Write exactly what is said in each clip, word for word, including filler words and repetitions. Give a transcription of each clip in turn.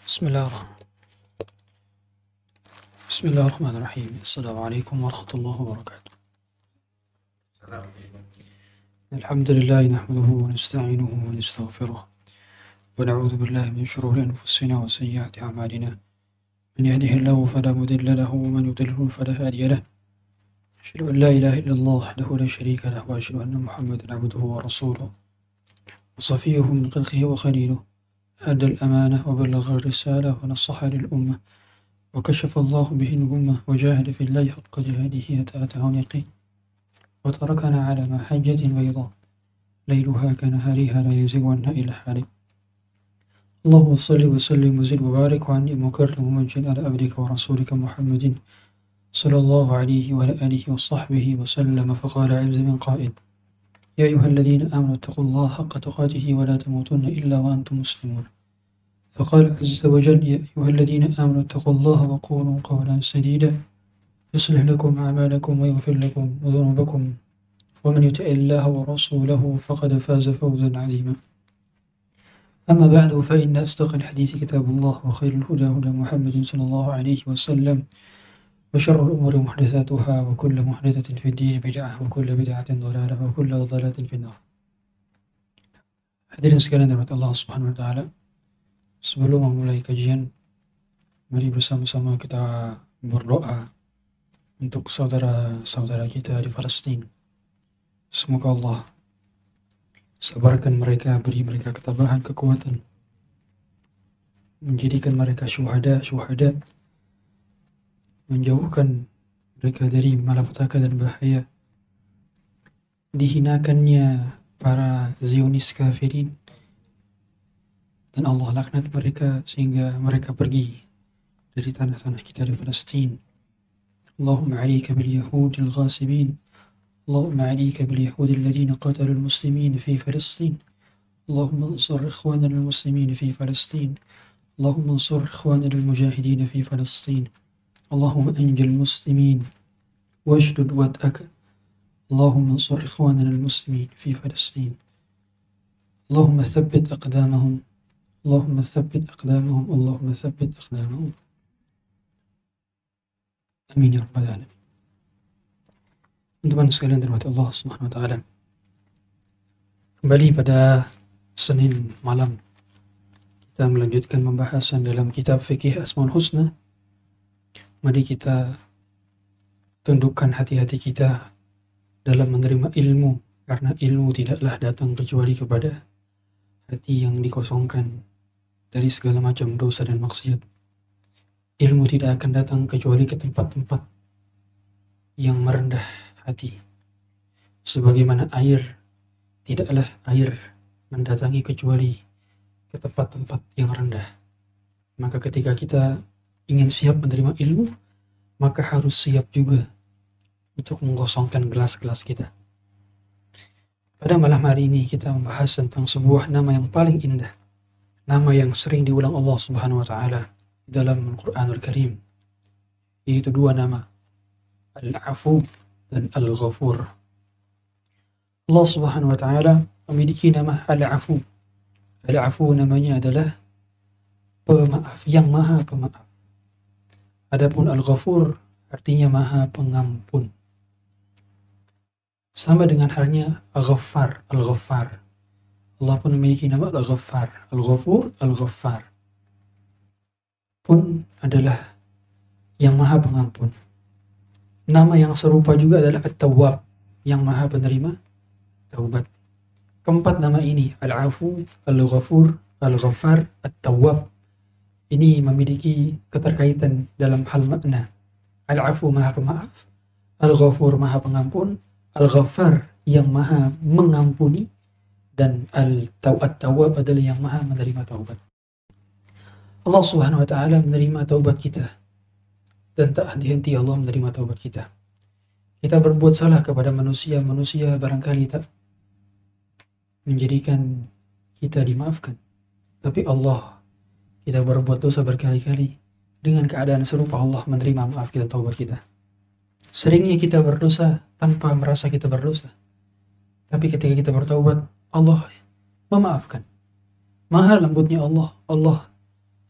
Bismillah. Bismillahirrahmanirrahim. Assalamualaikum warahmatullahi wabarakatuh. Alhamdulillah nahmaduhu wa nasta'inuhu wa nastaghfiruh wa na'udzu billahi min shururi anfusina wa sayyiati a'malina. Man yahdihillahu fala mudilla lahu wa man yudlilhu fala hadiya lahu. Asyhadu an la ilaha illallah wahdahu la syarika lahu wa asyhadu anna Muhammadan 'abduhu wa rasuluh. Wa safiyyuhu min khalqihi wa khaliluh. أدى الأمانة وبلغ الرسالة ونصح للأمة وكشف الله به الغمة وجاهد في الله حق جهاده حتى أتاه اليقين وتركنا على محجة بيضاء ليلها كنهارها لا يزيغ عنها إلا حالك. اللهم صل وسلم وزد وبارك وعنهم وكرم ومجد على عبدك ورسولك محمد صلى الله عليه وعلى آله وصحبه وسلم. فقال عز من قائل: يا أيها الذين آمنوا اتقوا الله حق تقاته ولا تموتن إلا وأنتم مسلمون. فقال عز وجل: يا أيها الذين آمنوا اتقوا الله وقولوا قولا سديدا يصلح لكم أعمالكم ويغفر لكم ذنوبكم ومن يطع الله ورسوله فقد فاز فوزا عظيما. أما بعد، فإن أصدق الحديث كتاب الله وخير الهدى هدى محمد صلى الله عليه وسلم وشر الأمور محدثاتها وكل محدثة في الدين بدعة وكل بدعة ضلالة وكل ضلالة في النار. Hadirin sekalian dirahmati Allah Subhanahu wa taala. Sebelum memulai kajian, mari bersama-sama kita berdoa untuk saudara-saudara kita di Palestina. Semoga Allah sabarkan mereka, beri mereka ketabahan, kekuatan, menjadikan mereka syuhada-syuhada, menjauhkan mereka dari malapetaka dan bahaya, dihinakannya para Zionis kafirin, dan Allah laknat mereka sehingga mereka pergi dari tanah-tanah kita di Palestina. Allahumma 'alaika bil yahudil ghasibin, Allahumma 'alaika bil yahudil ladzina qatalu al muslimin fi Palestina, Allahumma ansur ikhwanana al muslimin fi Palestina, Allahumma ansur ikhwanana al mujahidin fi Palestina, اللهم أنجِ المسلمين واشدد وطأك، اللهم انصر إخواننا المسلمين في فلسطين، اللهم ثبت أقدامهم، اللهم ثبت أقدامهم، اللهم ثبت أقدامهم. Amin ya rabbal alamin. Teman-teman sekalian dirahmati Allah Subhanahu wa taala. Kembali pada Senin malam kita melanjutkan pembahasan dalam kitab fikih Asmaul Husna. Mari kita tundukkan hati-hati kita dalam menerima ilmu, karena ilmu tidaklah datang kecuali kepada hati yang dikosongkan dari segala macam dosa dan maksiat. Ilmu tidak akan datang kecuali ke tempat-tempat yang merendah hati. Sebagaimana air, tidaklah air mendatangi kecuali ke tempat-tempat yang rendah. Maka ketika kita ingin siap menerima ilmu, maka harus siap juga untuk mengosongkan gelas-gelas kita. Pada malam hari ini kita membahas tentang sebuah nama yang paling indah, nama yang sering diulang Allah Subhanahu wa taala dalam Al-Qur'anul Karim, yaitu dua nama, Al-Afu dan Al-Ghafur. Allah Subhanahu wa taala memiliki nama Al-Afu. Al-Afu namanya adalah pemaaf, yang maha pemaaf. Adapun Al-Ghafur artinya maha pengampun. Sama dengan halnya Ghaffar, Al-Ghaffar. Allah pun memiliki nama Al-Ghaffar, Al-Ghafur, Al-Ghaffar pun adalah yang maha pengampun. Nama yang serupa juga adalah At-Tawwab, yang maha penerima taubat. Keempat nama ini, Al-Afu, Al-Ghafur, Al-Ghaffar, At-Tawwab, ini memiliki keterkaitan dalam hal makna. Al-Afu maha pemaaf, Al-Ghafur maha pengampun, Al-Ghaffar yang maha mengampuni, dan Al-Tawwab adalah yang maha menerima taubat. Allah Subhanahu wa taala menerima taubat kita, dan tak henti-henti Allah menerima taubat kita. Kita berbuat salah kepada manusia, manusia barangkali tak menjadikan kita dimaafkan, tapi Allah, kita berbuat dosa berkali-kali, dengan keadaan serupa Allah menerima maaf kita, taubat kita. Seringnya kita berdosa tanpa merasa kita berdosa, tapi ketika kita bertaubat, Allah memaafkan. Maha lembutnya Allah, Allah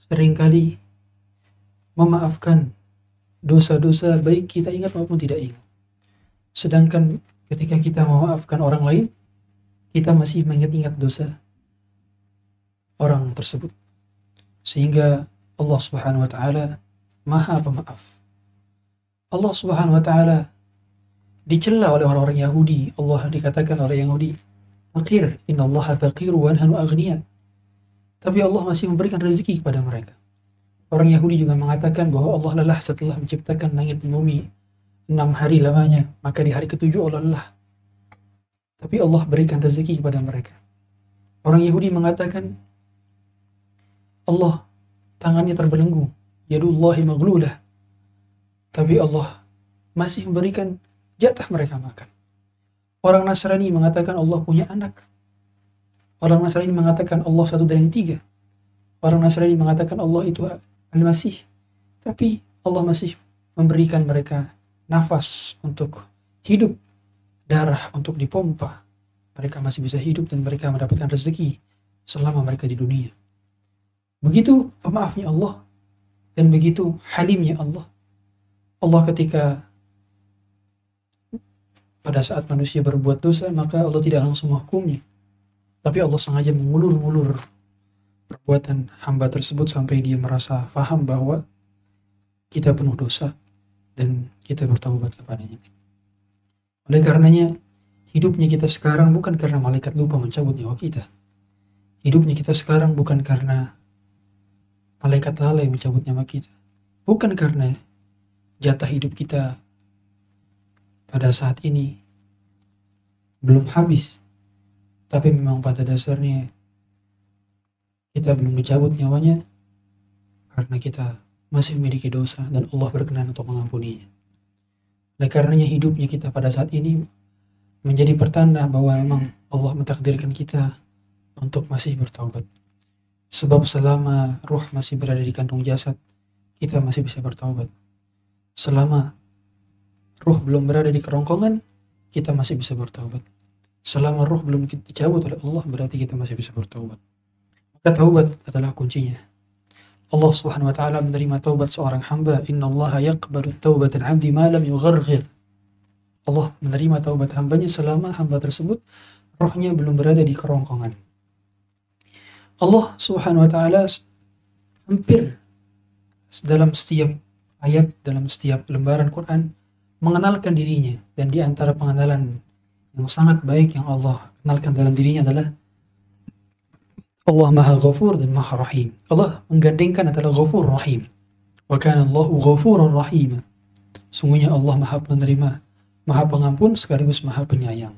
seringkali memaafkan dosa-dosa baik kita ingat maupun tidak ingat. Sedangkan ketika kita memaafkan orang lain, kita masih mengingat-ingat dosa orang tersebut. Sehingga Allah Subhanahu wa taala Maha Pemaaf. Allah Subhanahu wa taala dicela oleh orang-orang Yahudi. Allah dikatakan oleh Yahudi, "Faqir, innallaha faqiru wa nahnu aghniya." Tapi Allah masih memberikan rezeki kepada mereka. Orang Yahudi juga mengatakan bahwa Allah lelah setelah menciptakan langit dan bumi enam hari lamanya, maka di hari ketujuh Allah lelah. Tapi Allah berikan rezeki kepada mereka. Orang Yahudi mengatakan Allah tangannya terbelenggu, yadullahi maghlulah. Tapi Allah masih memberikan jatah mereka makan. Orang Nasrani mengatakan Allah punya anak. Orang Nasrani mengatakan Allah satu dari yang tiga. Orang Nasrani mengatakan Allah itu Al-Masih. Tapi Allah masih memberikan mereka nafas untuk hidup, darah untuk dipompa. Mereka masih bisa hidup dan mereka mendapatkan rezeki selama mereka di dunia. Begitu pemaafnya Allah dan begitu halimnya Allah. Allah ketika pada saat manusia berbuat dosa, maka Allah tidak langsung menghukumnya. Tapi Allah sengaja mengulur-ulur perbuatan hamba tersebut sampai dia merasa faham bahwa kita penuh dosa dan kita bertaubat kepadanya. Oleh karenanya, hidupnya kita sekarang bukan karena malaikat lupa mencabut nyawa kita. Hidupnya kita sekarang bukan karena malaikat lalai mencabut nyawa kita. Bukan karena jatah hidup kita pada saat ini belum habis. Tapi memang pada dasarnya kita belum dicabut nyawanya karena kita masih memiliki dosa dan Allah berkenan untuk mengampuninya. Oleh karenanya hidupnya kita pada saat ini menjadi pertanda bahwa memang Allah mentakdirkan kita untuk masih bertaubat. Sebab selama ruh masih berada di kantong jasad, kita masih bisa bertaubat. Selama ruh belum berada di kerongkongan, kita masih bisa bertaubat. Selama ruh belum dicabut oleh Allah, berarti kita masih bisa bertaubat. Maka taubat adalah kuncinya. Allah Subhanahu wa taala menerima taubat seorang hamba. Innallaha yaqbalu taubatal 'abdi ma lam yugharghir. Allah menerima taubat hambanya selama hamba tersebut rohnya belum berada di kerongkongan. Allah Subhanahu wa taala hampir dalam setiap ayat, dalam setiap lembaran Quran mengenalkan dirinya, dan di antara pengenalan yang sangat baik yang Allah kenalkan dalam dirinya adalah Allah Maha Ghafur dan Maha Rahim. Allah menggandengkan adalah Ghafur Rahim. Wa kana Allahu Ghafuran Rahim. Sungguhnya Allah Maha Penerima, Maha Pengampun sekaligus Maha Penyayang.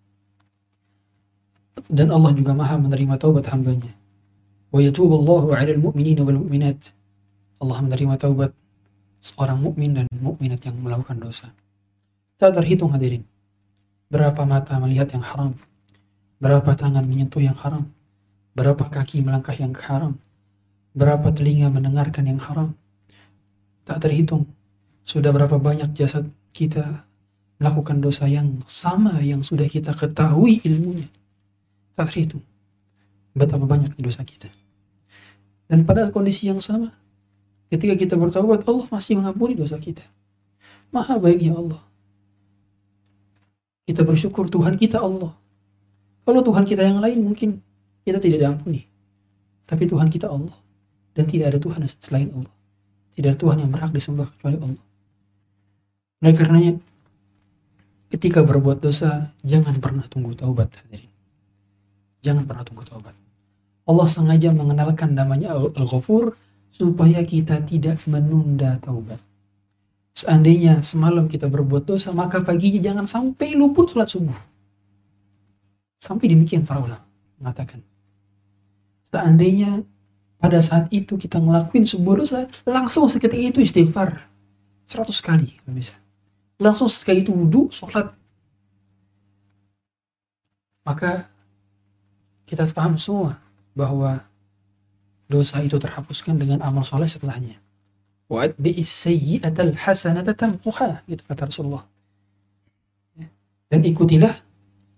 Dan Allah juga Maha menerima taubat hambanya. Wa yatubu Allahu 'alal mu'minina wal mu'minat. Allah menerima taubat seorang mukmin dan mukminat yang melakukan dosa. Tak terhitung hadirin. Berapa mata melihat yang haram, berapa tangan menyentuh yang haram, berapa kaki melangkah yang haram, berapa telinga mendengarkan yang haram. Tak terhitung sudah berapa banyak jasad kita melakukan dosa yang sama yang sudah kita ketahui ilmunya. Tak terhitung betapa banyak dosa kita. Dan pada kondisi yang sama, ketika kita bertaubat, Allah masih mengampuni dosa kita. Maha baiknya Allah. Kita bersyukur Tuhan kita Allah. Kalau Tuhan kita yang lain mungkin kita tidak diampuni. Tapi Tuhan kita Allah. Dan tidak ada Tuhan selain Allah. Tidak ada Tuhan yang berhak disembah kecuali Allah. Oleh karenanya, ketika berbuat dosa, jangan pernah tunggu taubat hadirin. Jangan pernah tunggu taubat. Allah sengaja mengenalkan namanya Al-Ghafur supaya kita tidak menunda taubat. Seandainya semalam kita berbuat dosa, maka paginya jangan sampai luput sholat subuh. Sampai demikian para ulama mengatakan. Seandainya pada saat itu kita ngelakuin sebuah dosa, langsung seketika itu istighfar. Seratus kali kalau bisa. Langsung sekali itu wudu, sholat. Maka kita paham semua bahwa dosa itu terhapuskan dengan amal soleh setelahnya. وَأَتْبِئِ السَّيِّئَةَ الْحَسَنَةَ تَمْحُهَا, gitu kata Rasulullah. Dan ikutilah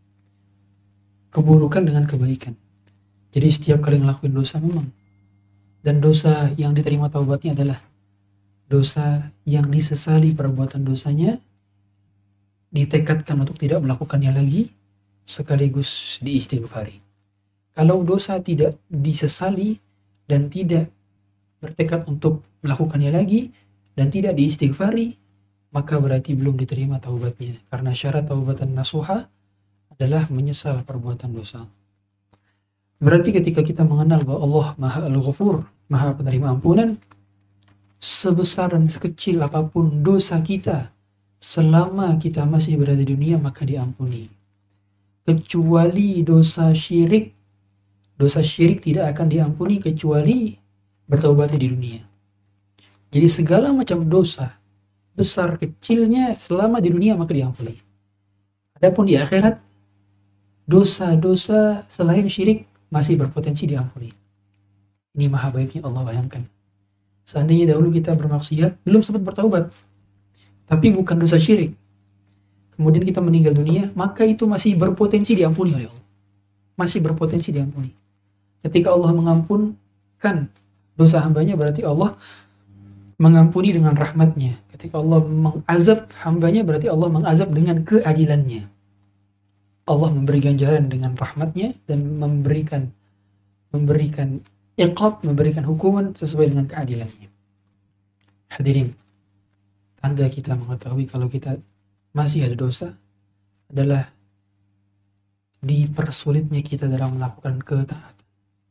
keburukan dengan kebaikan. Jadi setiap kali ngelakuin dosa memang Dan dosa yang diterima taubatnya adalah dosa yang disesali perbuatan dosanya, ditekadkan untuk tidak melakukannya lagi, sekaligus diistighfari. Kalau dosa tidak disesali dan tidak bertekad untuk melakukannya lagi dan tidak diistighfari, maka berarti belum diterima taubatnya. Karena syarat taubatan nasuha adalah menyesal perbuatan dosa. Berarti ketika kita mengenal bahwa Allah Maha Al-Ghafur, Maha Penerima Ampunan, sebesar dan sekecil apapun dosa kita, selama kita masih berada di dunia maka diampuni. Kecuali dosa syirik, dosa syirik tidak akan diampuni kecuali bertaubatnya di dunia. Jadi segala macam dosa, besar kecilnya selama di dunia maka diampuni. Adapun di akhirat, dosa-dosa selain syirik masih berpotensi diampuni. Ini maha baiknya Allah, bayangkan. Seandainya dahulu kita bermaksiat, belum sempat bertaubat, tapi bukan dosa syirik, kemudian kita meninggal dunia, maka itu masih berpotensi diampuni oleh Allah. Masih berpotensi diampuni. Ketika Allah mengampunkan dosa hambanya, berarti Allah mengampuni dengan rahmatnya. Ketika Allah mengazab hambanya, berarti Allah mengazab dengan keadilannya. Allah memberi ganjaran dengan rahmatnya dan memberikan memberikan iqab, memberikan hukuman sesuai dengan keadilannya. Hadirin, tanda kita mengetahui kalau kita masih ada dosa adalah dipersulitnya kita dalam melakukan ketaatan.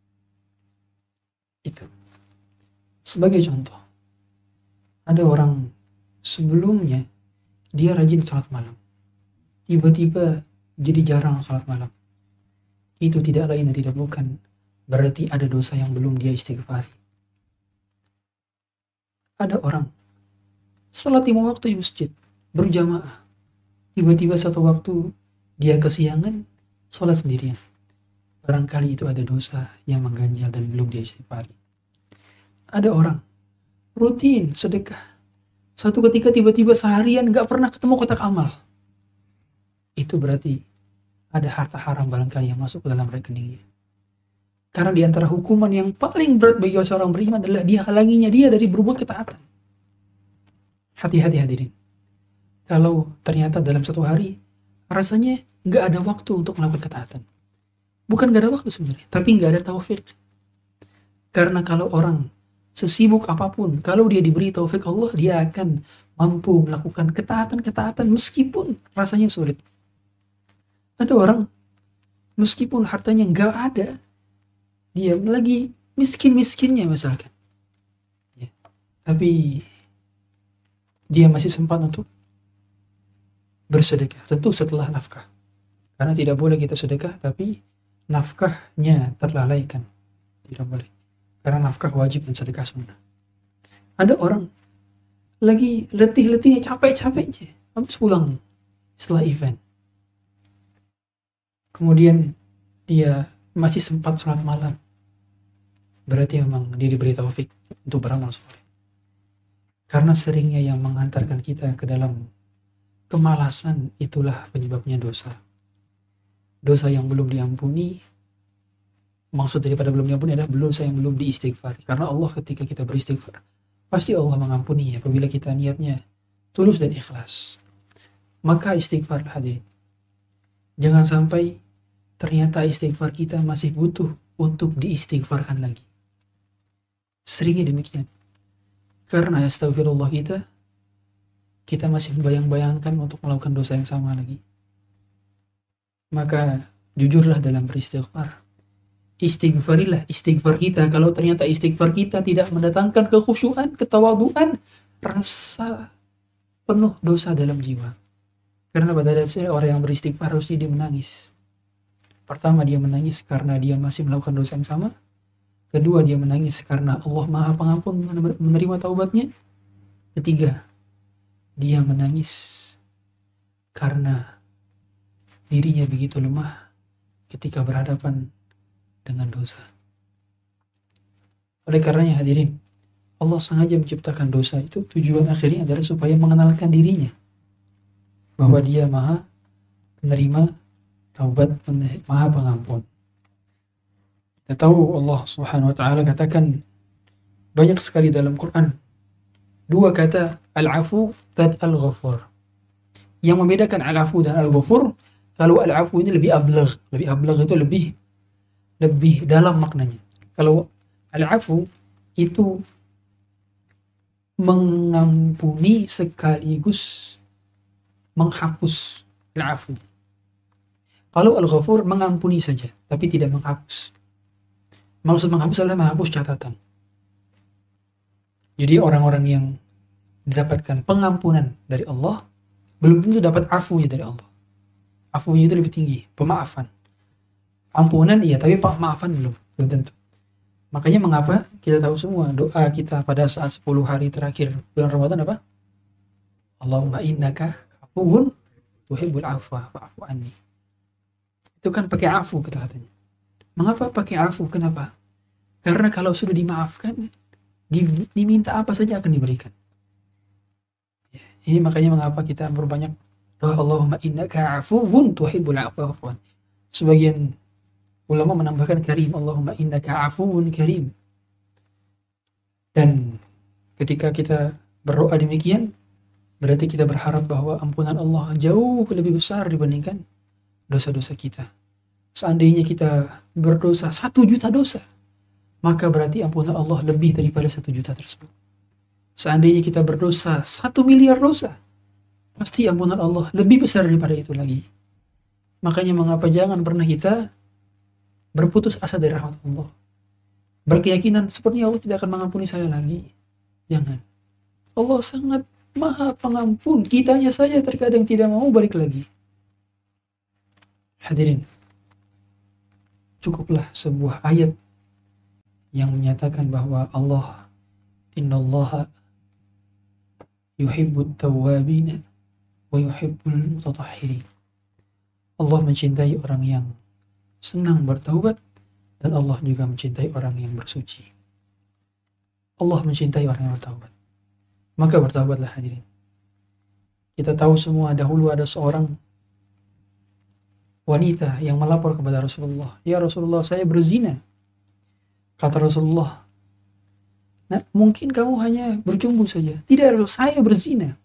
Itu. Sebagai contoh, ada orang sebelumnya dia rajin sholat malam, tiba-tiba jadi jarang sholat malam. Itu tidak lain dan tidak bukan berarti ada dosa yang belum dia istighfari. Ada orang sholat lima waktu di masjid berjamaah, tiba-tiba satu waktu dia kesiangan sholat sendirian. Barangkali itu ada dosa yang mengganjal dan belum dia istighfari. Ada orang rutin sedekah, satu ketika tiba-tiba seharian gak pernah ketemu kotak amal. Itu berarti ada harta haram barangkali yang masuk ke dalam rekeningnya. Karena di antara hukuman yang paling berat bagi seorang beriman adalah dia halanginya dia dari berbuat ketaatan. Hati-hati hadirin. Kalau ternyata dalam satu hari rasanya gak ada waktu untuk melakukan ketaatan. Bukan gak ada waktu sebenarnya, tapi gak ada taufik. Karena kalau orang sesibuk apapun, kalau dia diberi taufik Allah, dia akan mampu melakukan ketaatan-ketaatan meskipun rasanya sulit. Ada orang meskipun hartanya nggak ada, dia lagi miskin-miskinnya misalkan, ya, tapi dia masih sempat untuk bersedekah. Tentu setelah nafkah, karena tidak boleh kita sedekah tapi nafkahnya terlalaikan, tidak boleh, karena nafkah wajib dan sedekah sunnah. Ada orang lagi letih-letihnya, capek-capeknya, habis pulang setelah event, kemudian dia masih sempat sholat malam, berarti memang dia diberi taufik untuk beramal soleh. Karena seringnya yang mengantarkan kita ke dalam kemalasan, itulah penyebabnya dosa. Dosa yang belum diampuni, maksud daripada belum diampuni adalah dosa yang belum diistighfari. Karena Allah ketika kita beristighfar, pasti Allah mengampuni ya, apabila kita niatnya tulus dan ikhlas. Maka istighfar hadirin. Jangan sampai ternyata istighfar kita masih butuh untuk diistighfarkan lagi. Seringnya demikian. Karena astagfirullah kita, kita masih membayang-bayangkan untuk melakukan dosa yang sama lagi. Maka jujurlah dalam beristighfar. Istighfarilah istighfar kita. Kalau ternyata istighfar kita tidak mendatangkan kekhusyuan, ketawaduan, rasa penuh dosa dalam jiwa. Karena pada dasarnya orang yang beristighfar harusnya dia menangis. Pertama, dia menangis karena dia masih melakukan dosa yang sama. Kedua, dia menangis karena Allah Maha Pengampun menerima taubatnya. Ketiga, dia menangis karena dirinya begitu lemah ketika berhadapan dengan dosa. Oleh karenanya hadirin, Allah sengaja menciptakan dosa itu, tujuan akhirnya adalah supaya mengenalkan dirinya bahwa dia Maha Penerima Taubat, Maha Pengampun. Kita tahu Allah Subhanahu wa taala katakan banyak sekali dalam Quran dua kata al-afu dan al-ghafur. Yang membedakan al-afu dan al-ghafur, kalau al-afu ini lebih ablagh, lebih ablagh itu lebih lebih dalam maknanya. Kalau al-afu itu mengampuni sekaligus menghapus, al-afu. Kalau al-ghafur mengampuni saja, tapi tidak menghapus. Maksud menghapus adalah menghapus catatan. Jadi orang-orang yang mendapatkan pengampunan dari Allah belum tentu dapat afunya dari Allah. Afunya itu lebih tinggi, pemaafan. Ampunan iya, tapi pemaafan belum, belum tentu. Makanya mengapa kita tahu semua doa kita pada saat sepuluh hari terakhir bulan Ramadan apa? Allahumma innaka afuwun tuhibbul afwa fa'fu anni. Itu kan pakai afu kata katanya. Mengapa pakai afu? Kenapa? Karena kalau sudah dimaafkan, diminta apa saja akan diberikan. Ini makanya mengapa kita berbanyak doa Allahumma innaka afuwun tuhibbul afwa fa'fu anni. Sebagian ulama menambahkan karim, Allahumma innaka afuwun karim. Dan ketika kita berdoa demikian, berarti kita berharap bahwa ampunan Allah jauh lebih besar dibandingkan dosa-dosa kita. Seandainya kita berdosa satu juta dosa, maka berarti ampunan Allah lebih daripada satu juta tersebut. Seandainya kita berdosa satu miliar dosa, pasti ampunan Allah lebih besar daripada itu lagi. Makanya mengapa jangan pernah kita berputus asa dari rahmat Allah. Berkeyakinan sepertinya Allah tidak akan mengampuni saya lagi. Jangan. Allah sangat maha pengampun. Kitanya saja terkadang tidak mau balik lagi. Hadirin, cukuplah sebuah ayat yang menyatakan bahwa Allah innallaha yuhibbut tawwabina wa yuhibbul mutatahhirin. Allah mencintai orang yang senang bertaubat dan Allah juga mencintai orang yang bersuci. Allah mencintai orang yang bertaubat. Maka bertaubatlah hadirin. Kita tahu semua dahulu ada seorang wanita yang melapor kepada Rasulullah. Ya Rasulullah, saya berzina. Kata Rasulullah, nah, mungkin kamu hanya berjumbu saja. Tidak, saya berzina.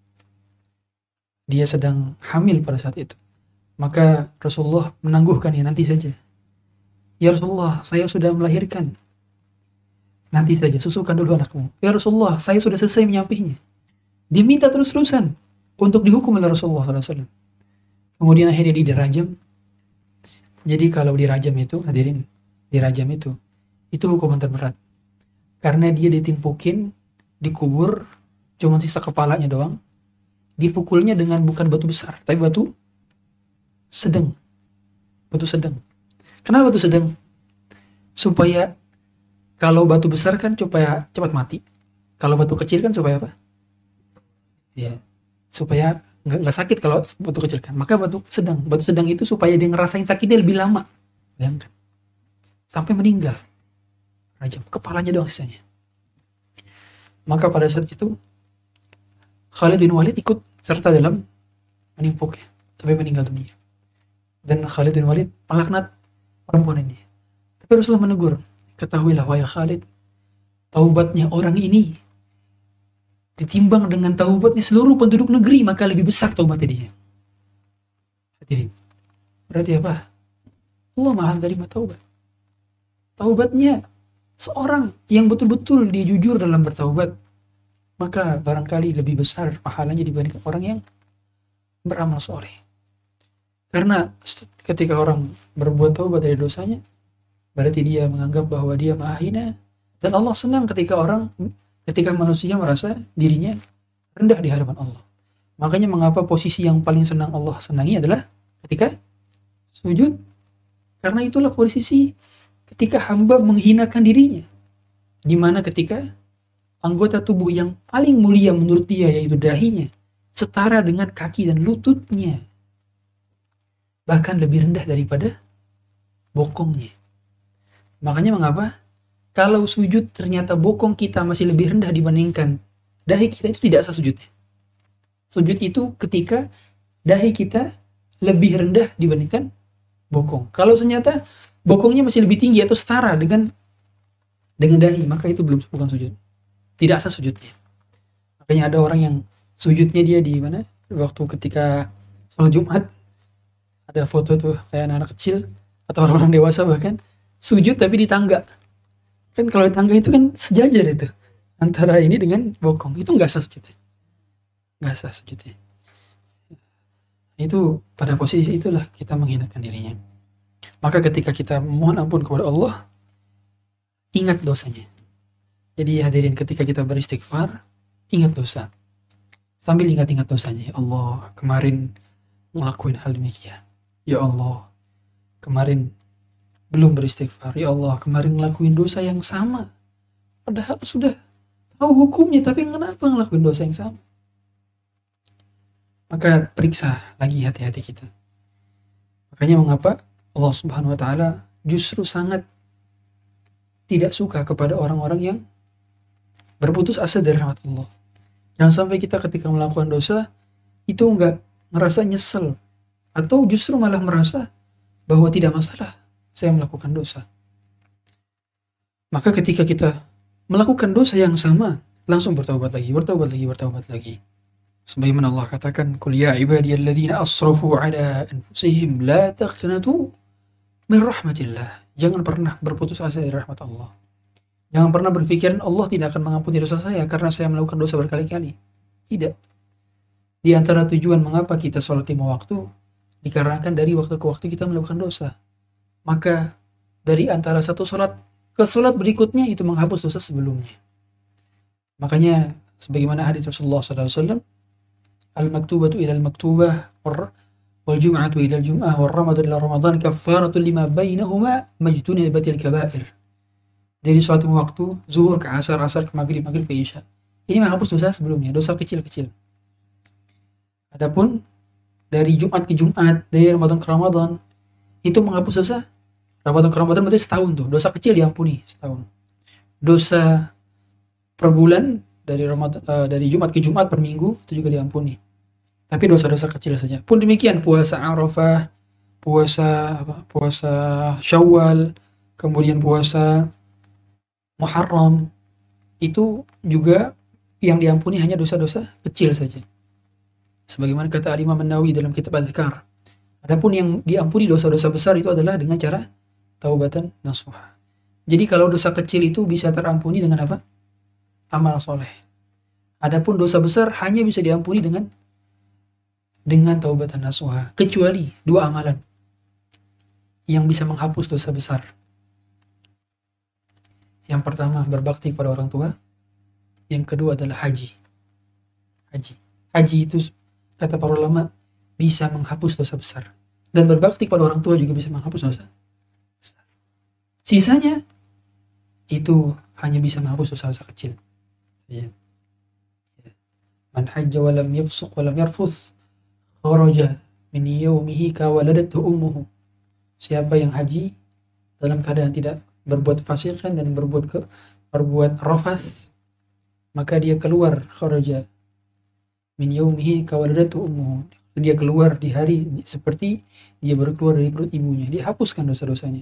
Dia sedang hamil pada saat itu. Maka Rasulullah menangguhkan, ya nanti saja. Ya Rasulullah, saya sudah melahirkan. Nanti saja, susukan dulu anakmu. Ya Rasulullah, saya sudah selesai menyampainya. Dia minta terus-terusan untuk dihukum oleh Rasulullah shallallahu alaihi wasallam. Kemudian akhirnya dia dirajam. Jadi kalau dirajam itu, hadirin, dirajam itu, itu hukuman terberat. Karena dia ditimpukin, dikubur, cuma sisa kepalanya doang. Dipukulnya dengan bukan batu besar, tapi batu sedang. Batu sedang. Kenapa batu sedang? Supaya kalau batu besar kan supaya cepat mati. Kalau batu kecil kan supaya apa? Ya, supaya nggak nggak sakit kalau batu kecil kan. Maka batu sedang. Batu sedang itu supaya dia ngerasain sakitnya lebih lama. Bayangkan. Sampai meninggal. Rajam. Kepalanya doang sisanya. Maka pada saat itu Khalid bin Walid ikut serta dalam menimpuknya sampai meninggal dunia. Dan Khalid bin Walid melaknat perempuan ini. Tapi Rasulullah menegur, ketahuilah wahai Khalid, taubatnya orang ini ditimbang dengan taubatnya seluruh penduduk negeri, maka lebih besar taubatnya dia. Hadirin, berarti apa? Allah maha menerima taubat. Taubatnya seorang yang betul-betul dia jujur dalam bertaubat, maka barangkali lebih besar pahalanya dibandingkan orang yang beramal soleh. Karena ketika orang berbuat taubat dari dosanya, berarti dia menganggap bahwa dia maha hina. Dan Allah senang ketika orang, ketika manusia merasa dirinya rendah di hadapan Allah. Makanya mengapa posisi yang paling senang Allah senangi adalah ketika sujud. Karena itulah posisi ketika hamba menghinakan dirinya. Dimana ketika anggota tubuh yang paling mulia menurut dia, yaitu dahinya, setara dengan kaki dan lututnya. Bahkan lebih rendah daripada bokongnya. Makanya mengapa kalau sujud ternyata bokong kita masih lebih rendah dibandingkan dahi kita, itu tidak sah sujudnya. Sujud itu ketika dahi kita lebih rendah dibandingkan bokong. Kalau ternyata bokongnya masih lebih tinggi atau setara dengan dengan dahi, maka itu belum bukan sujud. Tidak sah sujudnya. Makanya ada orang yang sujudnya dia di mana? Waktu ketika sholat Jumat, ada foto tuh kayak anak-anak kecil atau orang-orang dewasa bahkan sujud tapi di tangga. Kan kalau di tangga itu kan sejajar itu antara ini dengan bokong, itu nggak sah sujudnya, nggak sah sujudnya. Itu pada posisi itulah kita menghinakan dirinya. Maka ketika kita mohon ampun kepada Allah, ingat dosanya. Jadi hadirin, ketika kita beristighfar, ingat dosa. Sambil ingat-ingat dosanya. Ya Allah, kemarin ngelakuin hal demikian. Ya Allah, kemarin belum beristighfar. Ya Allah, kemarin ngelakuin dosa yang sama. Padahal sudah tahu hukumnya, tapi kenapa ngelakuin dosa yang sama? Maka periksa lagi hati-hati kita. Makanya mengapa Allah Subhanahu wa taala justru sangat tidak suka kepada orang-orang yang berputus asa dari rahmat Allah. Jangan sampai kita ketika melakukan dosa itu enggak merasa nyesel atau justru malah merasa bahwa tidak masalah saya melakukan dosa. Maka ketika kita melakukan dosa yang sama, langsung bertaubat lagi, bertaubat lagi, bertaubat lagi. Sebagaimana Allah katakan, "Qul ya ibadiyalladzina asrafu ala anfusihim la taqnatu min rahmatillah." Jangan pernah berputus asa dari rahmat Allah. Jangan pernah berpikiran Allah tidak akan mengampuni dosa saya karena saya melakukan dosa berkali-kali. Tidak. Di antara tujuan mengapa kita sholat lima waktu, dikarenakan dari waktu ke waktu kita melakukan dosa. Maka dari antara satu sholat ke sholat berikutnya itu menghapus dosa sebelumnya. Makanya sebagaimana hadis Rasulullah sallallahu alaihi wasallam, al-maktubatu ila al-maktubah wal jum'atu ila al-jum'ah wal ramadhan ila ramadhan kaffaratun lima bainahuma majtunibatil kaba'ir. Dari suatu waktu, zuhur ke asar, asar ke maghrib, maghrib ke isya. Ini menghapus dosa sebelumnya, dosa kecil-kecil. Adapun dari Jumat ke Jumat, dari Ramadan ke Ramadan, itu menghapus dosa. Ramadan ke Ramadan berarti setahun tuh, dosa kecil diampuni setahun. Dosa per bulan dari Ramadan, uh, dari Jumat ke Jumat per minggu itu juga diampuni. Tapi dosa-dosa kecil saja. Pun demikian puasa Arafah, puasa apa? Puasa Syawal, kemudian puasa Muharram, itu juga yang diampuni hanya dosa-dosa kecil saja. Sebagaimana kata Al-Imam An-Nawawi dalam kitab Al-Dzikar. Adapun yang diampuni dosa-dosa besar itu adalah dengan cara taubatan nasuha. Jadi kalau dosa kecil itu bisa terampuni dengan apa? Amal soleh. Adapun dosa besar hanya bisa diampuni dengan dengan taubatan nasuha. Kecuali dua amalan yang bisa menghapus dosa besar. Yang pertama berbakti kepada orang tua. Yang kedua adalah haji. Haji. Haji itu kata para ulama bisa menghapus dosa besar. Dan berbakti kepada orang tua juga bisa menghapus dosa besar. Sisanya itu hanya bisa menghapus dosa-dosa kecil. Ya. Man hajja wa lam yafsuq wa lam yarfuth kharaja min yawmihi ka waladatu ummuhu. Siapa yang haji dalam keadaan tidak berbuat fasikan dan berbuat ke berbuat rafas, maka dia keluar kharaja min yaumihi kawaladatu ummuhu. Dia keluar di hari seperti dia baru keluar dari perut ibunya. Dia hapuskan dosa-dosanya.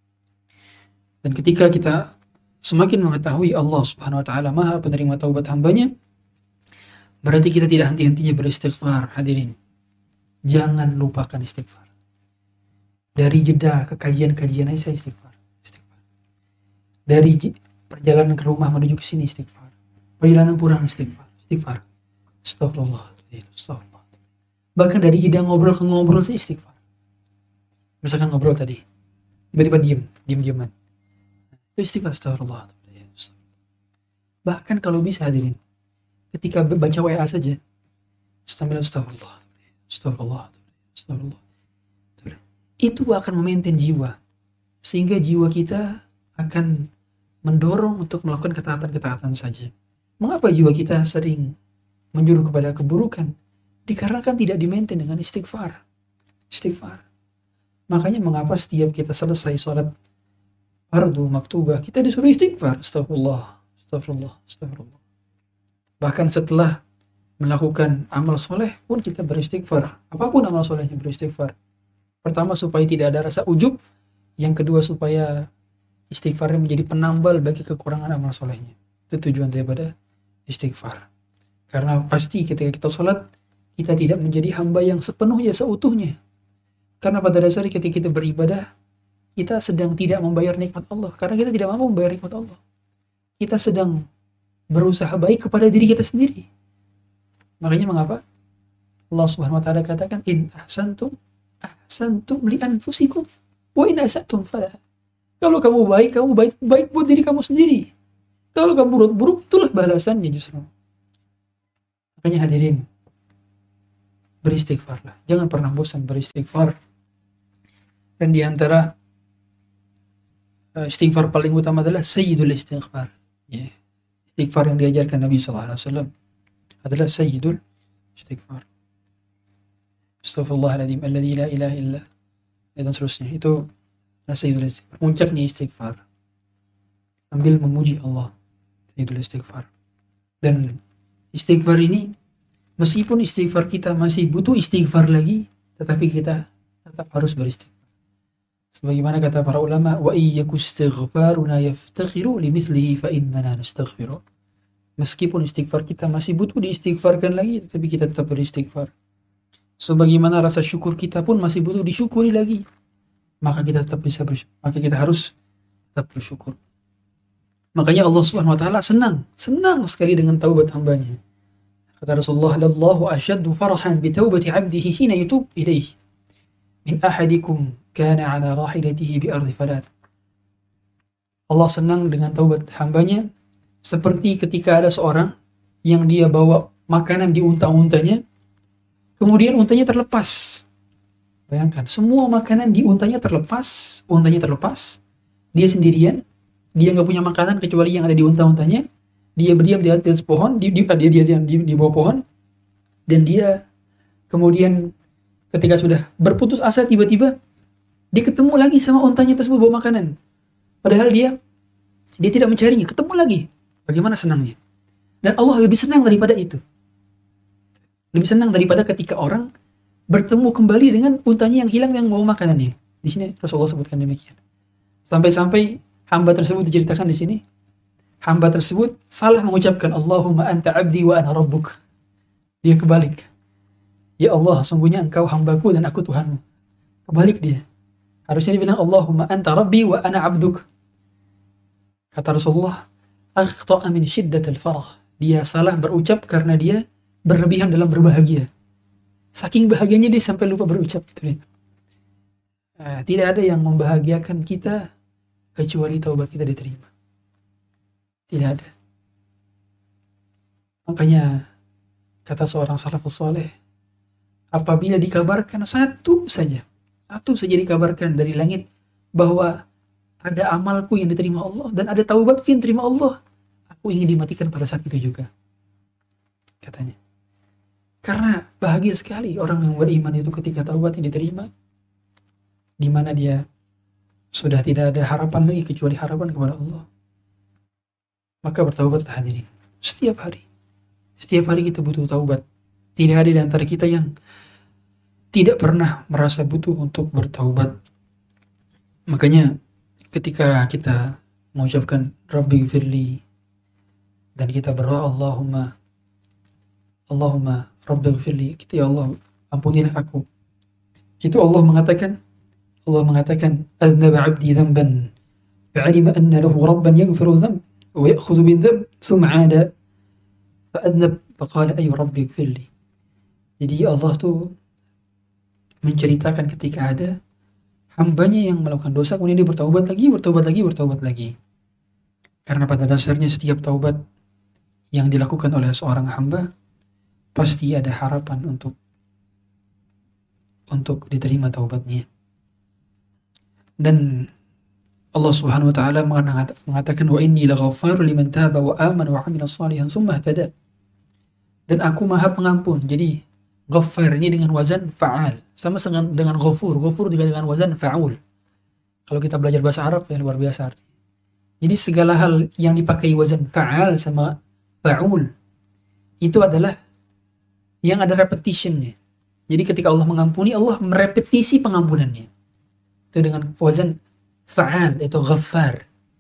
Dan ketika kita semakin mengetahui Allah Subhanahu wa taala Maha penerima taubat hambanya, berarti kita tidak henti-hentinya beristighfar. Hadirin, jangan lupakan istighfar. Dari jeda ke kajian-kajian aja saya istighfar. Dari perjalanan ke rumah menuju ke sini istighfar. Perjalanan pulang istighfar. Istighfar. Astagfirullah. Astagfirullah. Bahkan dari jeda ngobrol ke ngobrol sih istighfar. Misalkan ngobrol tadi, tiba-tiba diem, diem-dieman. Itu istighfar. Astagfirullah. Bahkan kalau bisa hadirin, ketika baca W A saja, sambil astagfirullah. Astagfirullah. Astagfirullah. Itu akan memaintain jiwa. Sehingga jiwa kita akan mendorong untuk melakukan ketaatan-ketaatan saja. Mengapa jiwa kita sering menyuruh kepada keburukan? Dikarenakan tidak dimaintain dengan istighfar. Istighfar. Makanya mengapa setiap kita selesai sholat fardu maktubah, kita disuruh istighfar. Astagfirullah, astagfirullah, astagfirullah. Bahkan setelah melakukan amal soleh pun kita beristighfar. Apapun amal solehnya beristighfar. Pertama supaya tidak ada rasa ujub. Yang kedua supaya istighfarnya menjadi penambal bagi kekurangan amal solehnya. Itu tujuan daripada istighfar. Karena pasti ketika kita sholat, kita tidak menjadi hamba yang sepenuhnya, seutuhnya. Karena pada dasarnya ketika kita beribadah, kita sedang tidak membayar nikmat Allah. Karena kita tidak mampu membayar nikmat Allah. Kita sedang berusaha baik kepada diri kita sendiri. Makanya mengapa Allah Subhanahu wa taala katakan, in ahsantum ahsantum li anfusikum wa in asatum falaha. Kalau kamu baik, kamu baik baik buat diri kamu sendiri. Kalau kamu buruk-buruk, itulah balasannya justru. Makanya hadirin, beristighfarlah. Jangan pernah bosan beristighfar. Dan di antara uh, istighfar paling utama adalah sayyidul istighfar. Yeah. Istighfar yang diajarkan Nabi sallallahu alaihi wasallam adalah sayyidul istighfar. Astaghfirullahaladzim alladzi la ilaha illa, dan seterusnya. Itu adalah sayyidul istighfar. Puncaknya istighfar sambil memuji Allah, sayyidul istighfar. Dan istighfar ini, meskipun istighfar kita masih butuh istighfar lagi, tetapi kita tetap harus beristighfar. Sebagaimana kata para ulama, wa iyyaku istighfaruna yaftakhiru limithlihi fa innana nastaghfiru. Meskipun istighfar kita masih butuh diistighfarkan lagi, tetapi kita tetap beristighfar. Sebagaimana rasa syukur kita pun masih butuh disyukuri lagi, maka kita tetap bisa bersyukur. Maka kita harus tetap bersyukur. Makanya Allah Subhanahu wa taala senang, senang sekali dengan taubat hambanya. Kata Rasulullah, "Lallahu ashaddu farahan bi taubati 'abdihi hina yutub ilaihi min ahadikum kana 'ala rahilatihi bi ardi falat." Allah senang dengan taubat hambanya seperti ketika ada seorang yang dia bawa makanan di unta-untanya, kemudian untanya terlepas. Bayangkan, semua makanan di untanya terlepas, untanya terlepas, dia sendirian, dia nggak punya makanan kecuali yang ada di unta-untanya. Dia berdiam di atas pohon, di, di, dia dia di, di bawah pohon, dan dia kemudian ketika sudah berputus asa, tiba-tiba dia ketemu lagi sama untanya tersebut bawa makanan. Padahal dia dia tidak mencarinya, ketemu lagi. Bagaimana senangnya? Dan Allah lebih senang daripada itu. Lebih senang daripada ketika orang bertemu kembali dengan untanya yang hilang, yang bawa makanannya. Di sini Rasulullah sebutkan demikian. Sampai-sampai hamba tersebut diceritakan di sini, hamba tersebut salah mengucapkan Allahumma anta abdi wa ana rabbuk. Dia kebalik. Ya Allah, sungguhnya engkau hambaku dan aku Tuhanmu. Kebalik dia. Harusnya dia bilang Allahumma anta rabbi wa ana abduk. Kata Rasulullah, akhta'a min shiddatil farah. Dia salah berucap karena dia berlebihan dalam berbahagia. Saking bahagianya dia sampai lupa berucap gitu ya. Uh, tidak ada yang membahagiakan kita kecuali taubat kita diterima. Tidak ada. Makanya kata seorang salafus saleh, apabila dikabarkan satu saja, satu saja dikabarkan dari langit bahwa ada amalku yang diterima Allah dan ada taubatku yang diterima Allah, aku ingin dimatikan pada saat itu juga, katanya. Karena bahagia sekali orang yang beriman itu ketika taubatnya diterima, di mana dia sudah tidak ada harapan lagi kecuali harapan kepada Allah. Maka bertaubatlah hadirin. Setiap hari. Setiap hari kita butuh taubat. Tidak ada di antara kita yang tidak pernah merasa butuh untuk bertaubat. Makanya ketika kita mengucapkan Rabbi Firli dan kita berdoa Allahumma Allahumma Rabbi Firli, kita ya Allah ampunilah aku. Itu Allah mengatakan Allah mengatakan adnaba abdi dhanban fa'alima anna lahu rabban yaghfiru dhanb wa ya'khudhu bidhanb thumma 'ada fa'adnab faqala ay rabbi ighfirli. Jadi Allah tuh menceritakan ketika ada hambanya yang melakukan dosa kemudian dia bertaubat lagi, bertaubat lagi, bertaubat lagi. Karena pada dasarnya setiap taubat yang dilakukan oleh seorang hamba pasti ada harapan untuk untuk diterima taubatnya. Dan Allah Subhanahu wa taala mengatakan wa inni laghaffarun liman taba wa amana wa 'amila shalihan tsumma ihtada. Dan aku Maha Pengampun. Jadi ghaffar ini dengan wazan fa'al, sama dengan dengan ghafur. Ghafur juga dengan wazan fa'ul. Kalau kita belajar bahasa Arab ya luar biasa artinya. Jadi segala hal yang dipakai wazan fa'al sama fa'ul itu adalah yang ada repetitionnya. Jadi ketika Allah mengampuni, Allah merepetisi pengampunannya. Itu dengan wazan fa'al, itu ghaffar.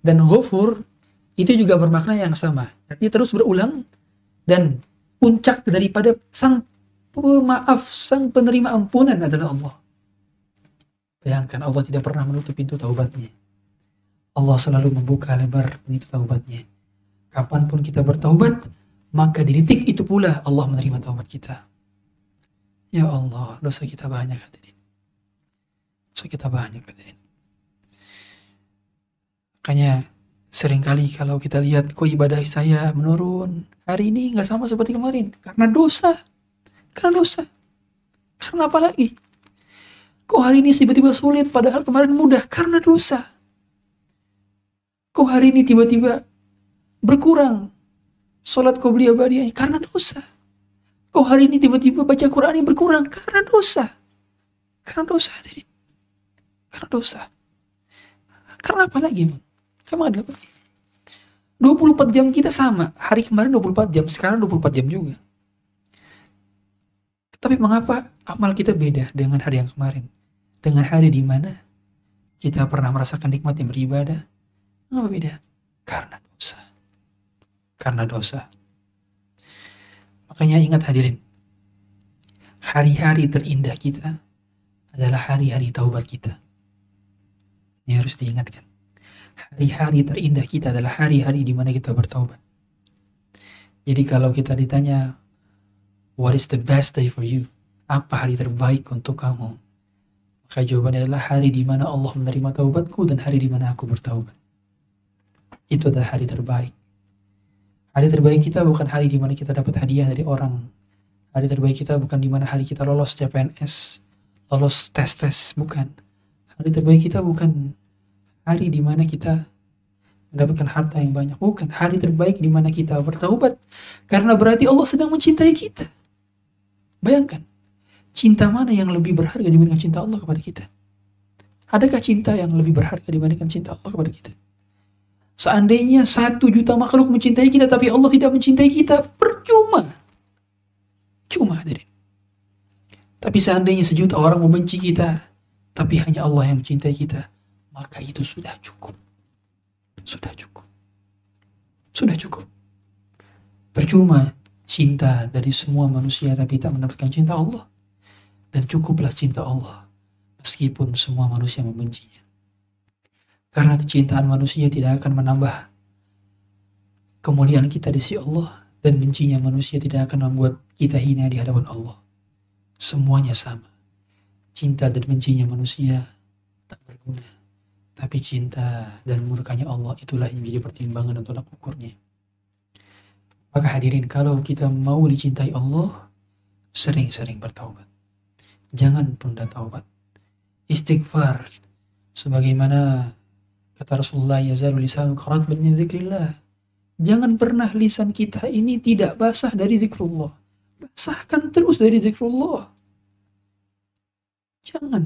Dan Ghafur itu juga bermakna yang sama. Artinya terus berulang dan puncak daripada sang pemaaf, sang penerima ampunan adalah Allah. Bayangkan, Allah tidak pernah menutup pintu taubatnya. Allah selalu membuka lebar pintu taubatnya. Kapanpun kita bertaubat, maka di detik itu pula Allah menerima taubat kita. Ya Allah, dosa kita banyak hadirin. Dosa kita banyak hadirin. Makanya seringkali kalau kita lihat kok ibadah saya menurun, hari ini gak sama seperti kemarin. Karena dosa. Karena dosa. Karena apa lagi? Kok hari ini tiba-tiba sulit padahal kemarin mudah? Karena dosa. Kok hari ini tiba-tiba berkurang sholat qobliyah ba'diyah? Karena dosa. Kok hari ini tiba-tiba baca Quran ini berkurang? Karena dosa. Karena dosa hadirin. Karena dosa. Karena apa lagi, man? Kamu ada apa? dua puluh empat jam kita sama. Hari kemarin dua puluh empat jam, sekarang dua puluh empat jam juga. Tapi mengapa amal kita beda dengan hari yang kemarin? Dengan hari di mana kita pernah merasakan nikmat yang beribadah? Mengapa beda? Karena dosa. Karena dosa. Makanya ingat hadirin, hari-hari terindah kita adalah hari-hari taubat kita. Ini harus diingatkan. Hari-hari terindah kita adalah hari-hari di mana kita bertaubat. Jadi kalau kita ditanya, what is the best day for you? Apa hari terbaik untuk kamu? Maka jawabannya adalah hari di mana Allah menerima taubatku dan hari di mana aku bertaubat. Itu adalah hari terbaik. Hari terbaik kita bukan hari di mana kita dapat hadiah dari orang. Hari terbaik kita bukan di mana hari kita lolos C P N S, lolos tes-tes, bukan. Hari terbaik kita bukan hari di mana kita mendapatkan harta yang banyak, bukan. Hari terbaik di mana kita bertaubat, karena berarti Allah sedang mencintai kita. Bayangkan, cinta mana yang lebih berharga dibandingkan cinta Allah kepada kita? Adakah cinta yang lebih berharga dibandingkan cinta Allah kepada kita? Seandainya satu juta makhluk mencintai kita, tapi Allah tidak mencintai kita, percuma. Cuma hadirin. Tapi seandainya sejuta orang membenci kita, tapi hanya Allah yang mencintai kita, maka itu sudah cukup. Sudah cukup. Sudah cukup. Percuma cinta dari semua manusia tapi tak mendapatkan cinta Allah. Dan cukuplah cinta Allah meskipun semua manusia membencinya. Karena kecintaan manusia tidak akan menambah kemuliaan kita di sisi Allah, dan bencinya manusia tidak akan membuat kita hina di hadapan Allah. Semuanya sama. Cinta dan bencinya manusia tak berguna. Tapi cinta dan murkanya Allah itulah yang menjadi pertimbangan untuk tolak ukurnya. Maka hadirin, kalau kita mau dicintai Allah, sering-sering bertaubat. Jangan tunda taubat. Istighfar. Sebagaimana kata Rasulullah, yazalu lisanu qaratban min dzikrillah. Jangan pernah lisan kita ini tidak basah dari zikrullah. Basahkan terus dari zikrullah. Jangan.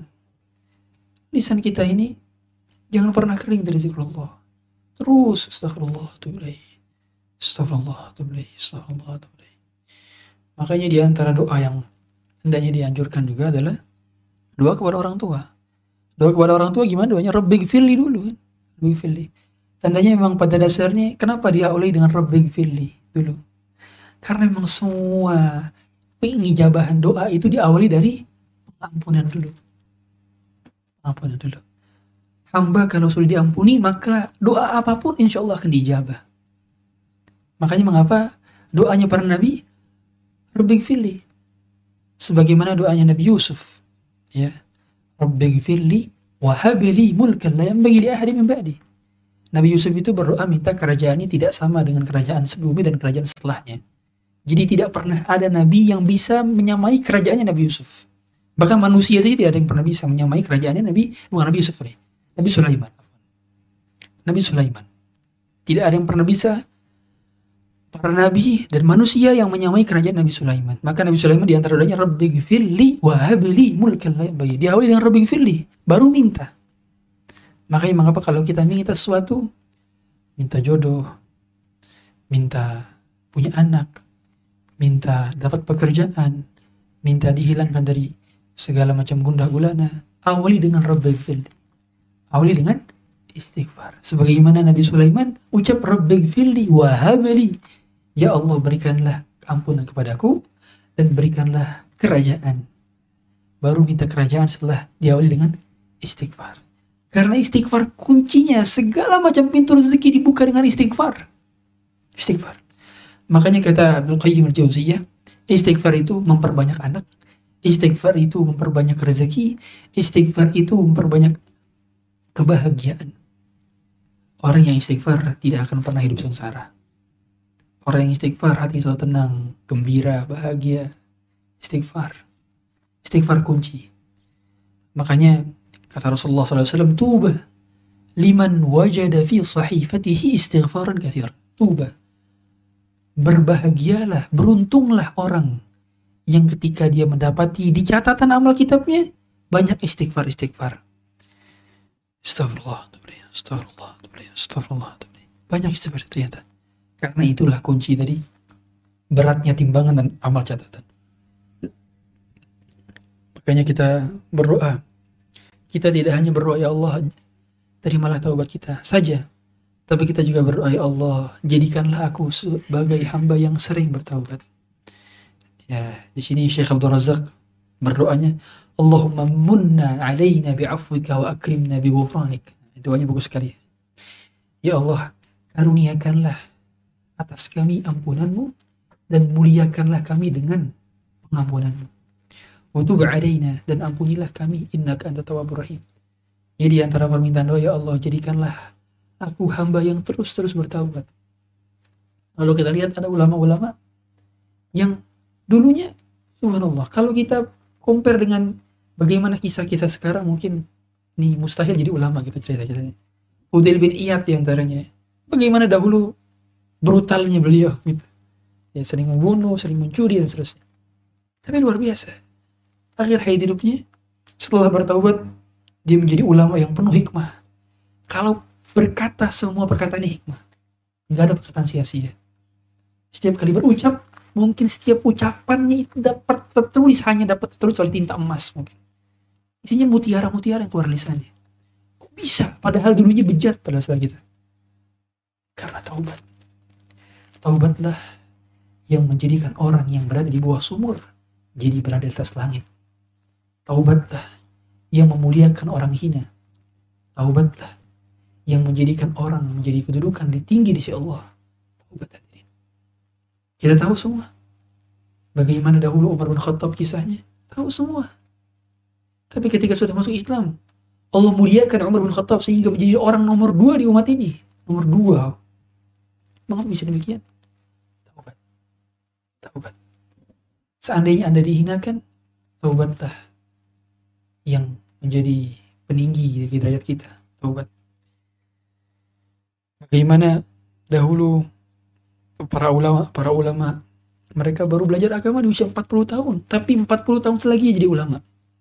Lisan kita ini jangan pernah kering dari zikrullah. Terus astagfirullah tu'ilai. Astagfirullah tu'ilai. Astagfirullah tu'ilai. Makanya di antara doa yang hendaknya dianjurkan juga adalah doa kepada orang tua. Doa kepada orang tua gimana doanya? Rabbighfirli dulu kan. Rabbighfirli. Tandanya memang pada dasarnya kenapa diawali dengan Rabbighfirli dulu? Karena memang semua pengijabahan doa itu diawali dari pengampunan dulu. Pengampunan dulu. Hamba kalau sudah diampuni, maka doa apapun insya Allah akan diijabah. Makanya mengapa doanya para nabi Rabbighfirli, sebagaimana doanya Nabi Yusuf, ya, Rabbighfirli wa habli mulkan la yanbaghi li ahadin min ba'di. Nabi Yusuf itu berdoa minta kerajaannya tidak sama dengan kerajaan sebelumnya dan kerajaan setelahnya. Jadi tidak pernah ada nabi yang bisa menyamai kerajaannya Nabi Yusuf. Bahkan manusia saja tidak ada yang pernah bisa menyamai kerajaannya Nabi, bukan Nabi Yusuf, nih. Nabi Sulaiman. Nabi Sulaiman. Tidak ada yang pernah bisa, para nabi dan manusia, yang menyamai kerajaan Nabi Sulaiman. Maka Nabi Sulaiman di antara doanya Rabbighfirli wa habli mulkan la yanbaghi. Diawali dengan Rabbighfirli, baru minta. Makanya mengapa kalau kita minta sesuatu, minta jodoh, minta punya anak, minta dapat pekerjaan, minta dihilangkan dari segala macam gundah gulana, awali dengan Rabbighfirli. Awali dengan istighfar. Sebagaimana Nabi Sulaiman ucap Rabbighfirli wa habli, ya Allah berikanlah ampunan kepadaku dan berikanlah kerajaan. Baru minta kerajaan setelah diawali dengan istighfar. Karena istighfar kuncinya, segala macam pintu rezeki dibuka dengan istighfar. Istighfar. Makanya kata Ibnu Qayyim al-Jauziyah, istighfar itu memperbanyak anak, istighfar itu memperbanyak rezeki, istighfar itu memperbanyak kebahagiaan. Orang yang istighfar tidak akan pernah hidup sengsara. Orang yang istighfar hati selalu tenang, gembira, bahagia. Istighfar. Istighfar kunci. Makanya kata Rasulullah shallallahu alaihi wasallam, tuba liman wajada fi sahifatihi istighfaran katsiran. Tuba. Berbahagialah, beruntunglah orang yang ketika dia mendapati di catatan amal kitabnya banyak istighfar-istighfar. Astagfirullah, astagfirullah, astagfirullah. Banyak istighfar ternyata. Karena itulah kunci tadi, beratnya timbangan dan amal catatan. Makanya kita berdoa. Kita tidak hanya berdoa, ya Allah, terimalah taubat kita saja. Tapi kita juga berdoa, ya Allah, jadikanlah aku sebagai hamba yang sering bertaubat. Ya, di sini Syekh Abdul Razak berdoanya, Allahumma munna alaina bi'afwika wa akrimna bighufranik. Doanya bagus sekali. Ya Allah, karuniakanlah atas kami ampunanmu dan muliakanlah kami dengan pengampunanmu. Wa tub alaina, dan ampunilah kami, innaka antat tawwabur rahim. Jadi antara permintaan doa, ya Allah, jadikanlah aku hamba yang terus-terus bertaubat. Lalu kita lihat ada ulama-ulama yang dulunya, subhanallah, kalau kita compare dengan bagaimana kisah-kisah sekarang, mungkin nih mustahil jadi ulama gitu cerita-ceritanya. Fudail bin Iyad diantaranya. Bagaimana dahulu brutalnya beliau gitu. Ya, sering membunuh, sering mencuri dan seterusnya. Tapi luar biasa. Akhir hayat hidupnya, setelah bertaubat, dia menjadi ulama yang penuh hikmah. Kalau berkata semua perkataan hikmah, nggak ada perkataan sia-sia. Setiap kali berucap, mungkin setiap ucapannya itu dapat tertulis, hanya dapat tertulis oleh tinta emas mungkin. Isinya mutiara-mutiara yang keluar lisannya. Kok bisa? Padahal dulunya bejat pada saat kita. Karena taubat. Taubatlah yang menjadikan orang yang berada di bawah sumur jadi berada di atas langit. Taubatlah yang memuliakan orang hina. Taubatlah yang menjadikan orang menjadi kedudukan di tinggi di sisi Allah. Taubat hadirin. Kita tahu semua bagaimana dahulu Umar bin Khattab kisahnya. Tahu semua. Tapi ketika sudah masuk Islam, Allah muliakan Umar bin Khattab sehingga menjadi orang nomor dua di umat ini. Nomor dua. Mengapa bisa demikian? Taubat. Taubat. Seandainya Anda dihinakan, taubatlah yang menjadi peninggi dari derajat kita. Taubat. Bagaimana dahulu para ulama, para ulama mereka baru belajar agama di usia empat puluh tahun, tapi empat puluh tahun lagi jadi ulama.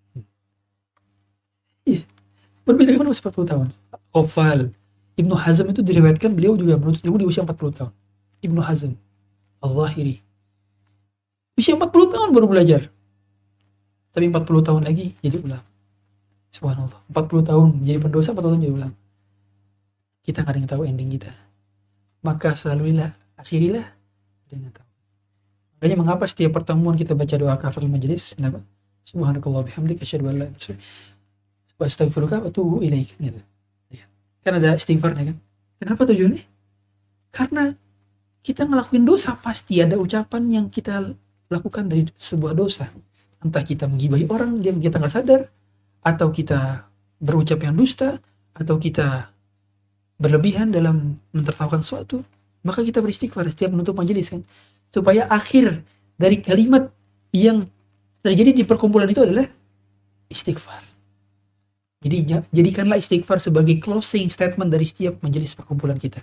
Iya. Berbeda dengan usia empat puluh tahun. Qafal, Ibnu Hazm itu diriwayatkan beliau juga menuntut ilmu di usia empat puluh tahun. Ibnu Hazm Al-Zahiri usia empat puluh tahun baru belajar. Tapi empat puluh tahun lagi jadi ulama. Subhanallah. empat puluh tahun jadi pendosa, empat puluh tahun jadi ulama. Kita nggak ada yang tahu ending kita. Maka selaluilah, akhirilah dengan tahu. Makanya mengapa setiap pertemuan kita baca doa kafaratul majelis? Kenapa? Subhanakallah bihamdika asyhadu an la ilaha illa anta wa astaghfiruka wa atubu ilaik. Gitu. Kan ada istighfarnya kan? Kenapa tujuannya? Karena kita ngelakuin dosa pasti ada ucapan yang kita lakukan dari sebuah dosa. Entah kita menggibahi orang yang kita nggak sadar, atau kita berucap yang dusta, atau kita berlebihan dalam mentertawakan sesuatu. Maka kita beristighfar setiap menutup majelis kan, supaya akhir dari kalimat yang terjadi di perkumpulan itu adalah istighfar. Jadi jadikanlah istighfar sebagai closing statement dari setiap majelis perkumpulan kita.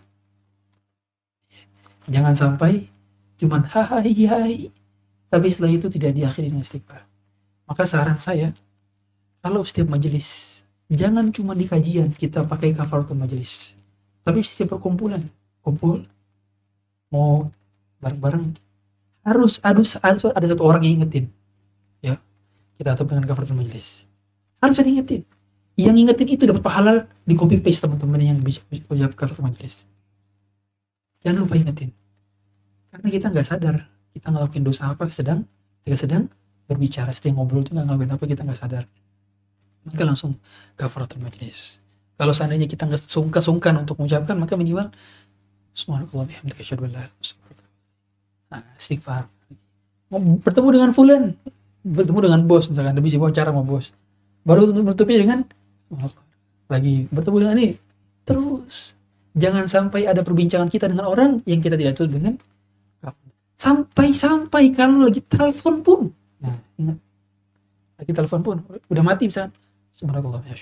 Jangan sampai cuman hai hai, tapi setelah itu tidak diakhiri dengan istighfar. Maka saran saya, kalau setiap majelis, jangan cuma di kajian kita pakai kafaratul majelis, tapi setiap perkumpulan, kumpul, mau bareng-bareng, harus, harus, harus ada satu orang yang ingetin. Ya, kita tutup dengan kafaratul majelis. Harus ada ingetin. Yang ngingetin itu dapat pahala di copy paste teman-teman yang bisa ucap kafaratul majelis. Jangan lupa ingetin. Karena kita nggak sadar kita ngelakuin dosa apa sedang kita sedang berbicara, sedang ngobrol itu nggak ngelakuin apa kita nggak sadar. Maka langsung kafaratul majelis. Kalau seandainya kita nggak sungkan-sungkan untuk mengucapkan, maka minimal subhanallah bihamdika asyhadu an la ilaha illa anta. Nah, istighfar. Mau bertemu dengan fulan, bertemu dengan bos misalkan, lebih wawancara sama bos. Baru menutupnya dengan lagi bertemu dengan ini. Terus jangan sampai ada perbincangan kita dengan orang yang kita tidak tutup dengan sampai-sampai kalau lagi telepon pun. Nah, ingat. Lagi telepon pun udah mati misalkan. Subhanallah ya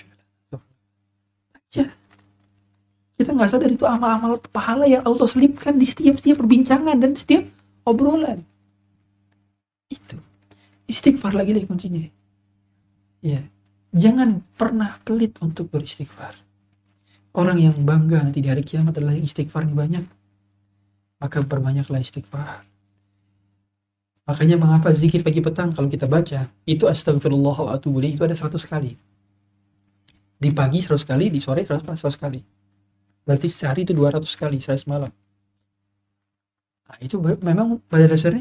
aja. Kita nggak sadar itu amal-amal pahala yang Allah selipkan di setiap-setiap perbincangan dan setiap obrolan. Itu istighfar lagi deh kuncinya. Ya, jangan pernah pelit untuk beristighfar. Orang yang bangga nanti di hari kiamat adalah yang istighfarnya banyak. Maka perbanyaklah istighfar. Makanya mengapa zikir pagi petang kalau kita baca itu astagfirullah wa atubu ilaih itu ada seratus kali. Di pagi seratus kali, di sore seratus kali. Berarti sehari itu dua ratus kali, sehari semalam. Nah, itu memang pada dasarnya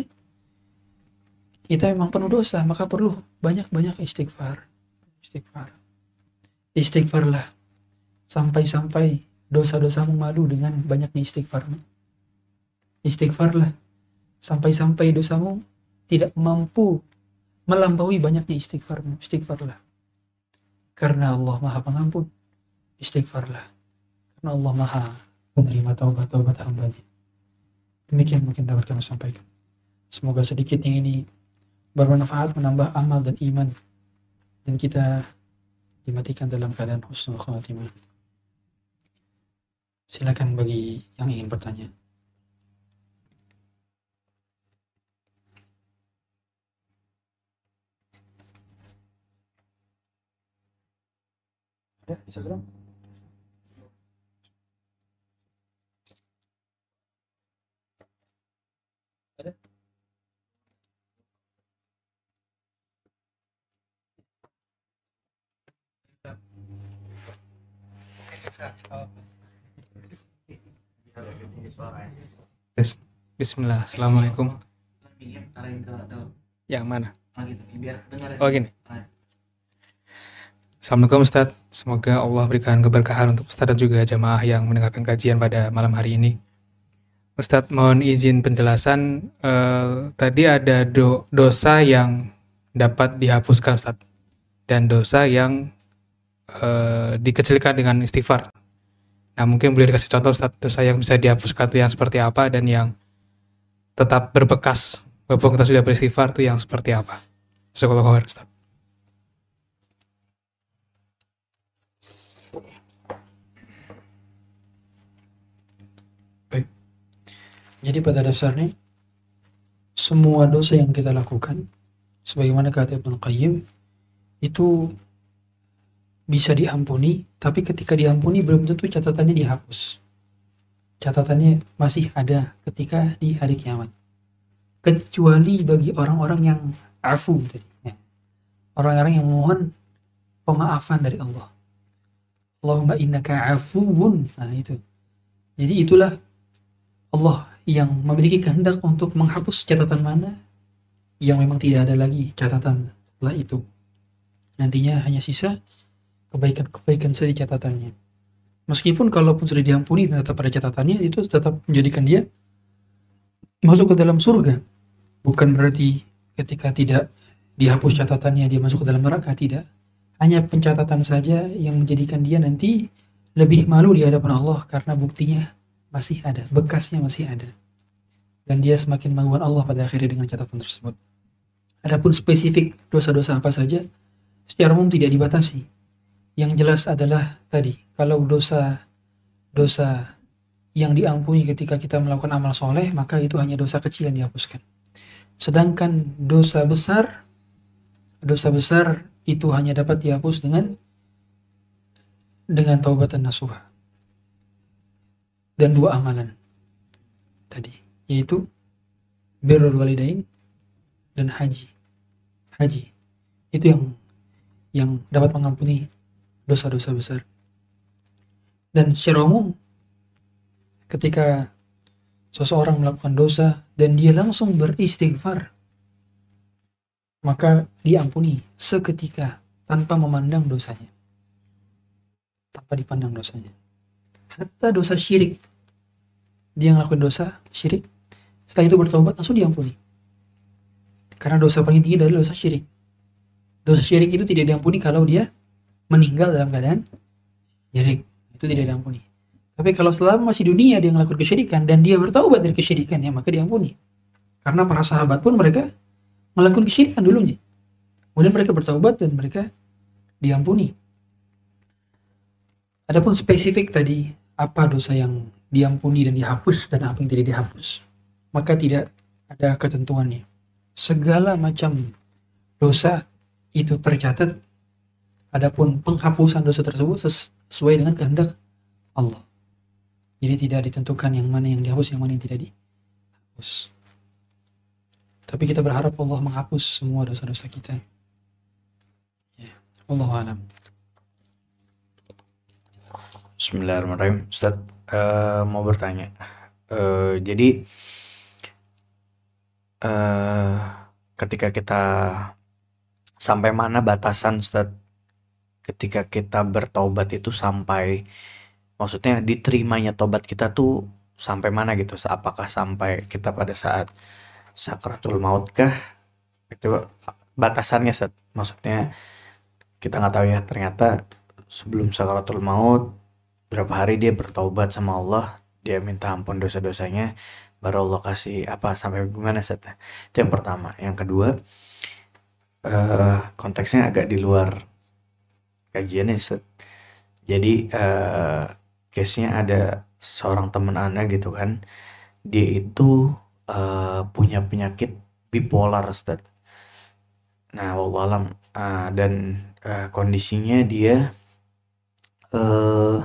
kita memang penuh dosa, maka perlu banyak-banyak istighfar. Istighfar. Istighfarlah. Sampai-sampai dosa-dosamu malu dengan banyaknya istighfarmu. Istighfarlah. Sampai-sampai dosamu tidak mampu melampaui banyaknya istighfarmu. Istighfarlah. Karena Allah Maha Pengampun. Istighfarlah. Karena Allah Maha menerima taubat-taubat hambanya. Demikian mungkin dapat kami sampaikan. Semoga sedikit yang ini bermanfaat, menambah amal dan iman, dan kita dimatikan dalam keadaan husnul khatimah. Silakan bagi yang ingin bertanya. Ada Instagram? Ada? Bismillah, assalamualaikum. Yang mana? Oh gini. Assalamualaikum Ustadz. Semoga Allah berikan keberkahan untuk Ustadz dan juga jamaah yang mendengarkan kajian pada malam hari ini. Ustadz mohon izin penjelasan. Eh, tadi ada do, dosa yang dapat dihapuskan Ustadz, dan dosa yang eh, dikecilkan dengan istighfar. Nah mungkin boleh dikasih contoh Ustadz, dosa yang bisa dihapuskan itu yang seperti apa, dan yang tetap berbekas walaupun kita sudah beristighfar itu yang seperti apa? Jazakallahu khairan Ustadz. Baik. Jadi pada dasarnya semua dosa yang kita lakukan, sebagaimana kata Ibnu Qayyim, itu bisa diampuni, tapi ketika diampuni belum tentu catatannya dihapus. Catatannya masih ada ketika di hari kiamat. Kecuali bagi orang-orang yang afu tadi, ya. Orang-orang yang mohon pemaafan dari Allah. Allahumma innaka afuwun. Nah itu. Jadi itulah Allah yang memiliki kehendak untuk menghapus catatan mana yang memang tidak ada lagi catatan setelah itu. Nantinya hanya sisa kebaikan-kebaikan saja catatannya. Meskipun kalaupun sudah diampuni dan tetap ada catatannya, itu tetap menjadikan dia masuk ke dalam surga. Bukan berarti ketika tidak dihapus catatannya dia masuk ke dalam neraka, tidak. Hanya pencatatan saja yang menjadikan dia nanti lebih malu di hadapan Allah karena buktinya masih ada, bekasnya masih ada. Dan dia semakin maluan Allah pada akhirnya dengan catatan tersebut. Adapun spesifik dosa-dosa apa saja, secara umum tidak dibatasi. Yang jelas adalah tadi, kalau dosa dosa yang diampuni ketika kita melakukan amal soleh, maka itu hanya dosa kecil yang dihapuskan. Sedangkan dosa besar, dosa besar itu hanya dapat dihapus dengan dengan taubat dan nasuha. Dan dua amalan tadi, yaitu birrul walidain dan haji. Haji itu yang yang dapat mengampuni dosa-dosa besar. Dan secara umum ketika seseorang melakukan dosa dan dia langsung beristighfar, maka diampuni seketika tanpa memandang dosanya, tanpa dipandang dosanya. Hatta dosa syirik, dia ngelakuin dosa syirik, setelah itu bertobat langsung diampuni. Karena dosa paling tinggi adalah dosa syirik. Dosa syirik itu tidak diampuni kalau dia meninggal dalam keadaan syirik, itu tidak diampuni. Tapi kalau selama masih dunia dia ngelakuin kesyirikan dan dia bertobat dari kesyirikannya, maka diampuni. Karena para sahabat pun mereka melakukan kesyirikan dulunya, kemudian mereka bertobat dan mereka diampuni. Adapun spesifik tadi, apa dosa yang diampuni dan dihapus dan apa yang tidak dihapus, maka tidak ada ketentuannya. Segala macam dosa itu tercatat, adapun penghapusan dosa tersebut sesuai dengan kehendak Allah. Jadi tidak ditentukan yang mana yang dihapus, yang mana yang tidak dihapus. Tapi kita berharap Allah menghapus semua dosa-dosa kita. Ya, Allahu a'lam. Bismillahirrahmanirrahim. Ustaz, uh, mau bertanya. Uh, jadi uh, ketika kita sampai mana batasan, Ustaz, ketika kita bertaubat itu sampai, maksudnya diterimanya taubat kita tuh sampai mana gitu? Apakah sampai kita pada saat sakratul maut kah? Itu batasannya, Ustaz. Maksudnya kita nggak tahu ya, ternyata sebelum sakratul maut berapa hari dia bertaubat sama Allah, dia minta ampun dosa-dosanya, baru Allah kasih apa, sampai gimana, Ustaz? Itu yang pertama. Yang kedua, uh, konteksnya agak di luar kajiannya, Ustaz. Jadi uh, case-nya ada seorang teman Ana gitu kan, dia itu uh, punya penyakit bipolar, Ustaz. Nah, wallahualam, uh, dan uh, kondisinya dia uh,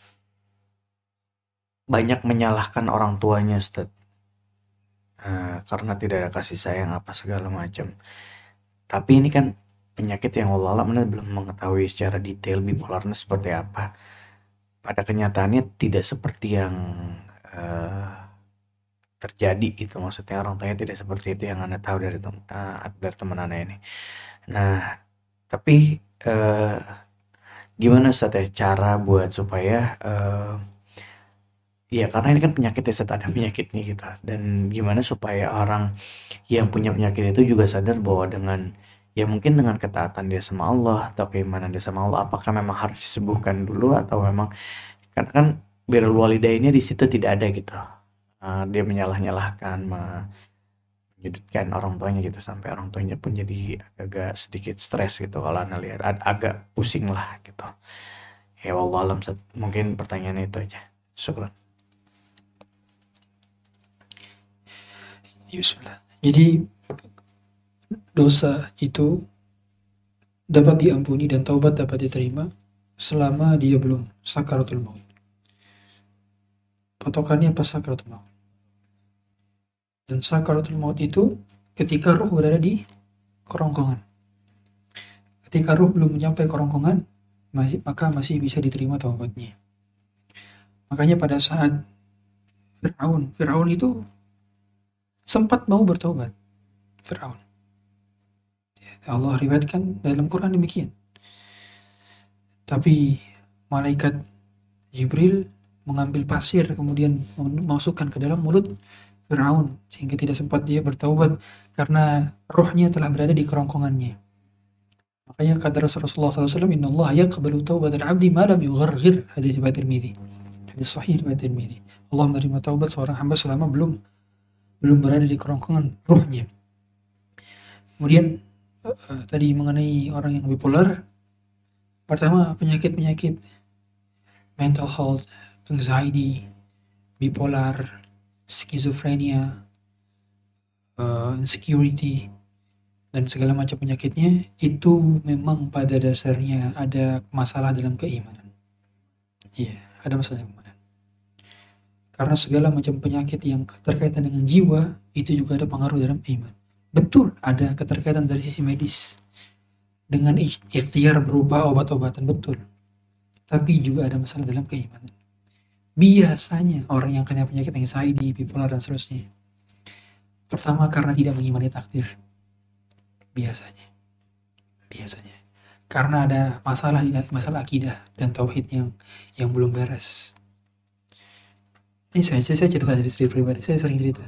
banyak menyalahkan orang tuanya, Ustaz, uh, karena tidak ada kasih sayang apa segala macam. Tapi ini kan penyakit yang wallahualam Anda belum mengetahui secara detail bipolarnya seperti apa. Pada kenyataannya tidak seperti yang uh, terjadi gitu, maksudnya orang tuanya tidak seperti itu yang Anda tahu dari tem- uh, dari teman Anda ini. Nah, tapi uh, gimana, Ustaz, ya, cara buat supaya uh, ya, karena ini kan penyakit ya, Ustaz, ada penyakitnya gitu. Dan gimana supaya orang yang punya penyakit itu juga sadar bahwa dengan, ya mungkin dengan ketaatan dia sama Allah atau keimanan dia sama Allah, apakah memang harus disembuhkan dulu atau memang, kan kan birrul walidainnya di situ tidak ada gitu. Uh, dia menyalah-nyalahkan, menyudutkan orang tuanya gitu, sampai orang tuanya pun jadi agak sedikit stres gitu kalau Anda lihat, ag- agak pusing lah gitu. Ya wallahualam, Ustaz. Mungkin pertanyaannya itu aja. Syukran. Bismillah. Jadi dosa itu dapat diampuni dan taubat dapat diterima selama dia belum sakaratul maut. Patokannya pas sakaratul maut. Dan sakaratul maut itu ketika ruh berada di kerongkongan. Ketika ruh belum menyampai kerongkongan, masih, maka masih bisa diterima taubatnya. Makanya pada saat Fir'aun, Fir'aun itu sempat mau bertobat. Fir'aun. Allah riwayatkan dalam Quran demikian. Tapi malaikat Jibril mengambil pasir kemudian memasukkan ke dalam mulut Fir'aun sehingga tidak sempat dia bertaubat karena ruhnya telah berada di kerongkongannya. Makanya kata Rasulullah sallallahu alaihi wasallam, "Inna Allah yaqbalu taubatal 'abdi ma lam yugharghir." Hadis riwayat Tirmidzi. Hadis sahih riwayat Tirmidzi. Allah menerima taubat seorang hamba selama belum belum berada di kerongkongan ruhnya. Kemudian uh, tadi mengenai orang yang bipolar, pertama penyakit-penyakit mental health, anxiety, bipolar, skizofrenia, uh, insecurity, dan segala macam penyakitnya itu memang pada dasarnya ada masalah dalam keimanan. Iya, ada masalah dalam keimanan. Karena segala macam penyakit yang keterkaitan dengan jiwa itu juga ada pengaruh dalam iman. Betul, ada keterkaitan dari sisi medis dengan ikhtiar berupa obat-obatan, betul. tapi juga ada masalah dalam keimanan. Biasanya orang yang kena penyakit anxiety, bipolar dan seterusnya, pertama karena tidak mengimani takdir. Biasanya. Biasanya. Karena ada masalah masalah akidah dan tauhid yang yang belum beres. Ini saya, saya cerita dari sendiri pribadi, saya sering cerita.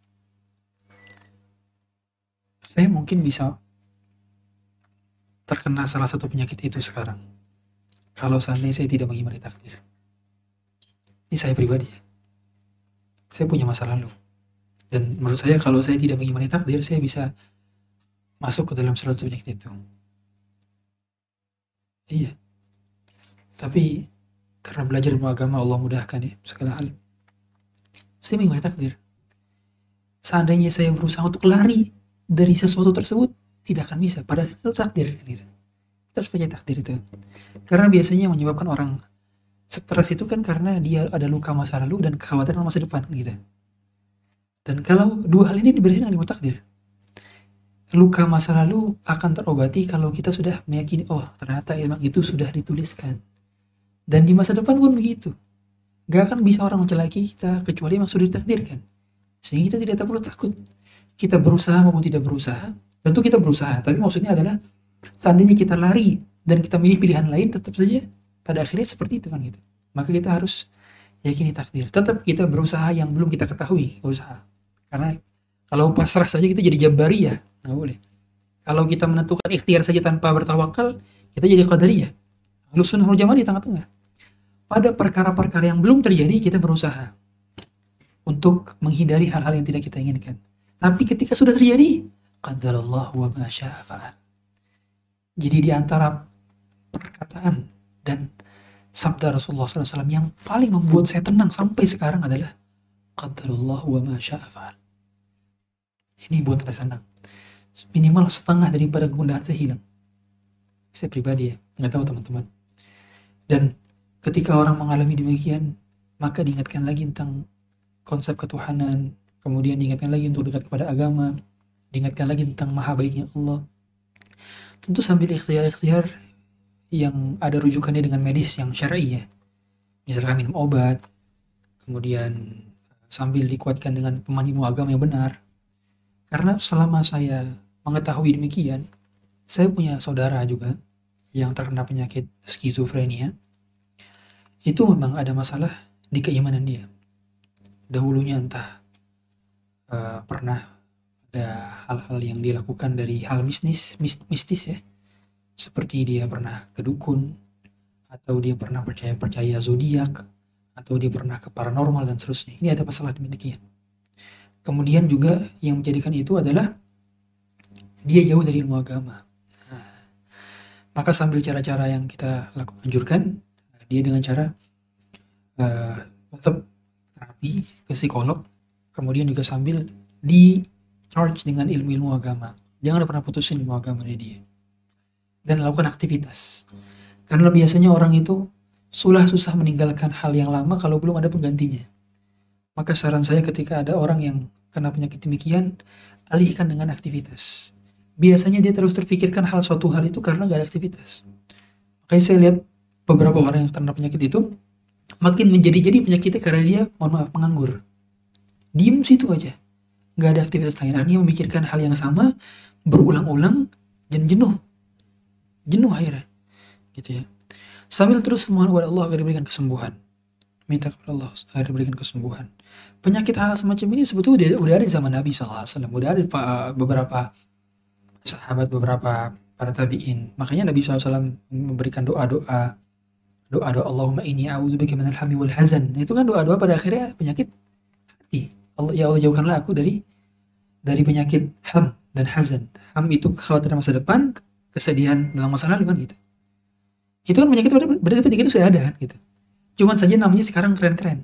Saya mungkin bisa terkena salah satu penyakit itu sekarang kalau seandainya saya tidak mengimani takdir. Ini saya pribadi ya. Saya punya masa lalu. Dan menurut saya kalau saya tidak mengimani takdir, saya bisa masuk ke dalam salah satu penyakit itu. Iya. Tapi karena belajar ilmu agama Allah mudahkan ya segala hal. Saya mengimani takdir. Seandainya saya berusaha untuk lari dari sesuatu tersebut, tidak akan bisa. Padahal itu takdir. Gitu. Kita harus percaya takdir itu. Karena biasanya yang menyebabkan orang stres itu kan karena dia ada luka masa lalu dan kekhawatiran masa depan. Gitu. Dan kalau dua hal ini diberesin dengan ilmu takdir, luka masa lalu akan terobati kalau kita sudah meyakini, oh ternyata emang itu sudah dituliskan. Dan di masa depan pun begitu. Gak akan bisa orang mencelaki kita kecuali memang sudah ditakdirkan. Sehingga kita tidak perlu takut. Kita berusaha maupun tidak berusaha, tentu kita berusaha. Tapi maksudnya adalah seandainya kita lari dan kita milih pilihan lain, tetap saja pada akhirnya seperti itu kan gitu. Maka kita harus yakini takdir. Tetap kita berusaha yang belum kita ketahui, usaha. Karena kalau pasrah saja kita jadi jabariyah, nggak boleh. Kalau kita menentukan ikhtiar saja tanpa bertawakal, kita jadi qadariyah. Ahlus sunnah wal jamaah di tengah-tengah. Pada perkara-perkara yang belum terjadi, kita berusaha untuk menghindari hal-hal yang tidak kita inginkan. Tapi ketika sudah terjadi, qadarallah wa ma syaa fa'al. Jadi di antara perkataan dan sabda Rasulullah shallallahu alaihi wasallam yang paling membuat saya tenang sampai sekarang adalah qadarallah wa ma syaa fa'al. Ini buat saya senang. Minimal setengah daripada kegundahan saya hilang. Saya pribadi ya, nggak tahu teman-teman. Dan ketika orang mengalami demikian, maka diingatkan lagi tentang konsep ketuhanan, kemudian diingatkan lagi untuk dekat kepada agama, diingatkan lagi tentang maha baiknya Allah. Tentu sambil ikhtiar-ikhtiar yang ada rujukannya dengan medis yang syar'i ya. Misalkan minum obat, kemudian sambil dikuatkan dengan pemahaman ilmu agama yang benar. Karena selama saya mengetahui demikian, saya punya saudara juga yang terkena penyakit skizofrenia. Itu memang ada masalah di keimanan dia. Dahulunya entah uh, pernah ada hal-hal yang dilakukan dari hal mistis, mistis ya. Seperti dia pernah ke dukun, atau dia pernah percaya-percaya zodiak, atau dia pernah ke paranormal dan seterusnya. Ini ada masalah demikian. Kemudian juga yang menjadikan itu adalah dia jauh dari ilmu agama. Nah, maka sambil cara-cara yang kita lakukan, anjurkan, dia dengan cara uh, tetap terapi ke psikolog, kemudian juga sambil di charge dengan ilmu-ilmu agama. Jangan pernah putusin ilmu agama dari dia. Dan lakukan aktivitas. Karena biasanya orang itu susah-susah meninggalkan hal yang lama kalau belum ada penggantinya. Maka saran saya ketika ada orang yang kena penyakit demikian, alihkan dengan aktivitas. Biasanya dia terus terfikirkan hal suatu hal itu karena gak ada aktivitas. Makanya saya lihat beberapa orang yang terkena penyakit itu makin menjadi-jadi penyakitnya karena dia, mohon maaf, menganggur. Diem situ aja. Gak ada aktivitas lain. Artinya memikirkan hal yang sama berulang-ulang dan jenuh. Jenuh akhirnya. Gitu ya. Sambil terus mohon kepada Allah agar diberikan kesembuhan. Minta kepada Allah agar diberikan kesembuhan. Penyakit hal semacam ini sebetulnya udah, udah ada di zaman Nabi shallallahu alaihi wasallam. Udah ada beberapa sahabat, beberapa para tabi'in. Makanya Nabi shallallahu alaihi wasallam memberikan doa-doa. Doa-doa Allahumma inni a'udzubika minal hammi wal hazan. Itu kan doa-doa pada akhirnya penyakit hati. Allah, ya Allah jauhkanlah aku dari dari penyakit ham dan hazan. Ham itu kekhawatiran masa depan, kesedihan dalam masa lalu kan gitu. Itu kan penyakit berarti penyakit itu sudah ada kan gitu. Cuman saja namanya sekarang keren-keren.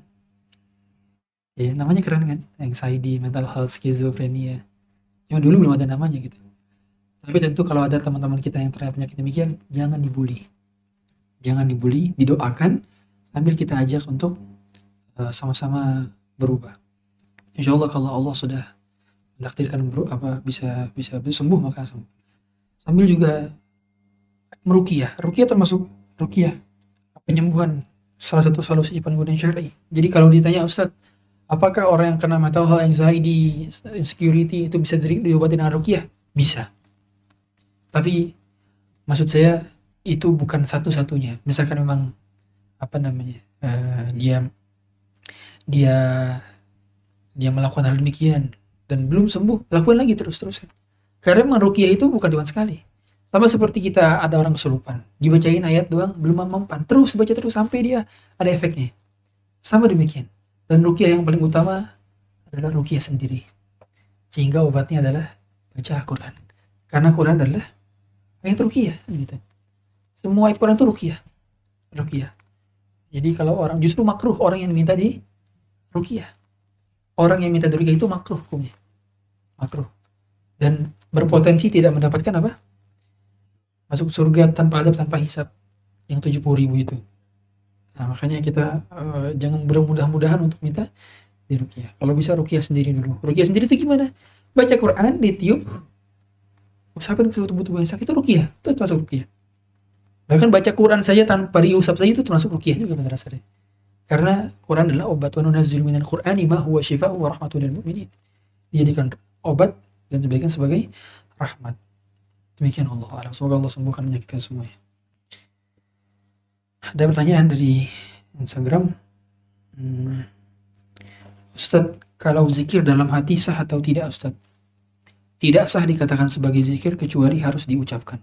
Ya, namanya keren kan. Anxiety, mental health, skizofrenia. Cuma dulu belum ada namanya gitu. Tapi tentu kalau ada teman-teman kita yang terkena penyakit demikian, jangan dibully. Jangan dibully, didoakan sambil kita ajak untuk uh, sama-sama berubah. Insya Allah kalau Allah sudah mentakdirkan ber- apa bisa bisa sembuh maka sembuh. Sambil juga meruqyah. Ruqyah termasuk ruqyah penyembuhan, salah satu solusi penyembuhan syar'i. Jadi kalau ditanya, Ustaz, apakah orang yang kena mental health, anxiety, insecurity itu bisa di- diobati dengan ruqyah? Bisa. Tapi maksud saya itu bukan satu-satunya. Misalkan memang apa namanya eh, dia dia dia melakukan hal demikian dan belum sembuh, lakukan lagi terus-terusan. Karena memang ruqyah itu bukan cuma sekali. Sama seperti kita ada orang kesurupan, dibacain ayat doang belum mempan, terus baca terus sampai dia ada efeknya. Sama demikian. Dan ruqyah yang paling utama adalah ruqyah sendiri. Sehingga obatnya adalah baca Al-Quran. Karena Quran adalah ayat ruqyah gitu. Semua ayat Quran itu ruqyah. Ruqyah. Jadi kalau orang justru makruh orang yang minta di ruqyah. Orang yang minta di ruqyah itu makruh hukumnya. Makruh. Dan berpotensi tidak mendapatkan apa? Masuk surga tanpa adab, tanpa hisab. Yang tujuh puluh ribu itu. Nah, makanya kita uh, jangan bermudah-mudahan untuk minta di ruqyah. Kalau bisa ruqyah sendiri dulu. Ruqyah sendiri itu gimana? Baca Quran, ditiup, usapin ke tubuh-tubuh yang sakit, itu ruqyah. Itu termasuk ruqyah. Bahkan baca Quran saja tanpa diusap saja itu termasuk ruqyah juga pada dasarnya. Karena Quran adalah obat. Wa nunazzilu minal Qur'ani ma huwa syifaa'un wa rahmatun lil mu'minin. Dijadikan obat dan diberikan sebagai rahmat. Demikian Allah alam. Semoga Allah sembuhkan penyakit kita semuanya. Ada pertanyaan dari Instagram. Hmm. Ustadz, kalau zikir dalam hati sah atau tidak, Ustadz? Tidak sah dikatakan sebagai zikir kecuali harus diucapkan.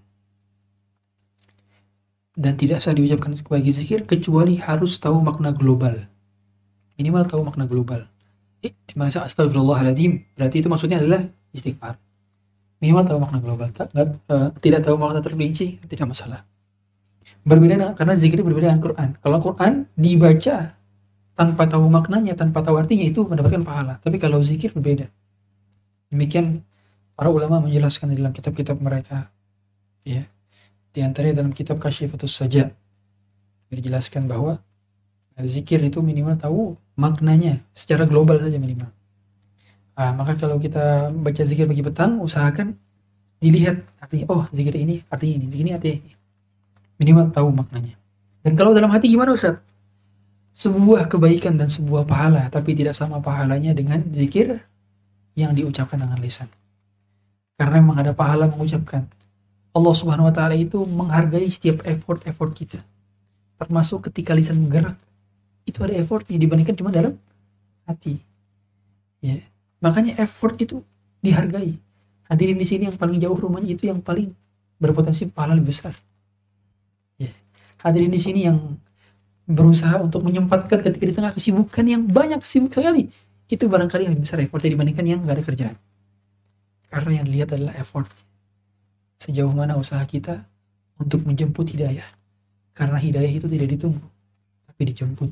Dan tidak sah diucapkan sebagai zikir kecuali harus tahu makna global. Minimal tahu makna global. Eh, masa astagfirullahaladzim, berarti itu maksudnya adalah istighfar. Minimal tahu makna global. Tak, gak, uh, tidak tahu makna terperinci, tidak masalah. Berbeda karena zikir berbeda dengan Quran. Kalau Quran dibaca tanpa tahu maknanya, tanpa tahu artinya, itu mendapatkan pahala. Tapi kalau zikir berbeda. Demikian para ulama menjelaskan di dalam kitab-kitab mereka. Ya. Di antaranya dalam kitab Kasyifatus Saja dijelaskan bahwa zikir itu minimal tahu maknanya secara global saja minimal. Ah, maka kalau kita baca zikir pagi petang, usahakan dilihat artinya. Oh, zikir ini artinya ini, zikir ini artinya ini. Minimal tahu maknanya. Dan kalau dalam hati gimana, Ustaz? Sebuah kebaikan dan sebuah pahala, tapi tidak sama pahalanya dengan zikir yang diucapkan dengan lisan. Karena memang ada pahala mengucapkan. Allah Subhanahu wa taala itu menghargai setiap effort-effort kita. Termasuk ketika lisan bergerak, itu ada effortnya dibandingkan cuma dalam hati. Ya. Makanya effort itu dihargai. Hadirin di sini yang paling jauh rumahnya itu yang paling berpotensi pahala lebih besar. Ya. Hadirin di sini yang berusaha untuk menyempatkan ketika di tengah kesibukan yang banyak sibuk sekali, itu barangkali yang lebih besar effortnya dibandingkan yang nggak ada kerjaan. Karena yang dilihat adalah effort. Sejauh mana usaha kita untuk menjemput hidayah. Karena hidayah itu tidak ditunggu, tapi dijemput.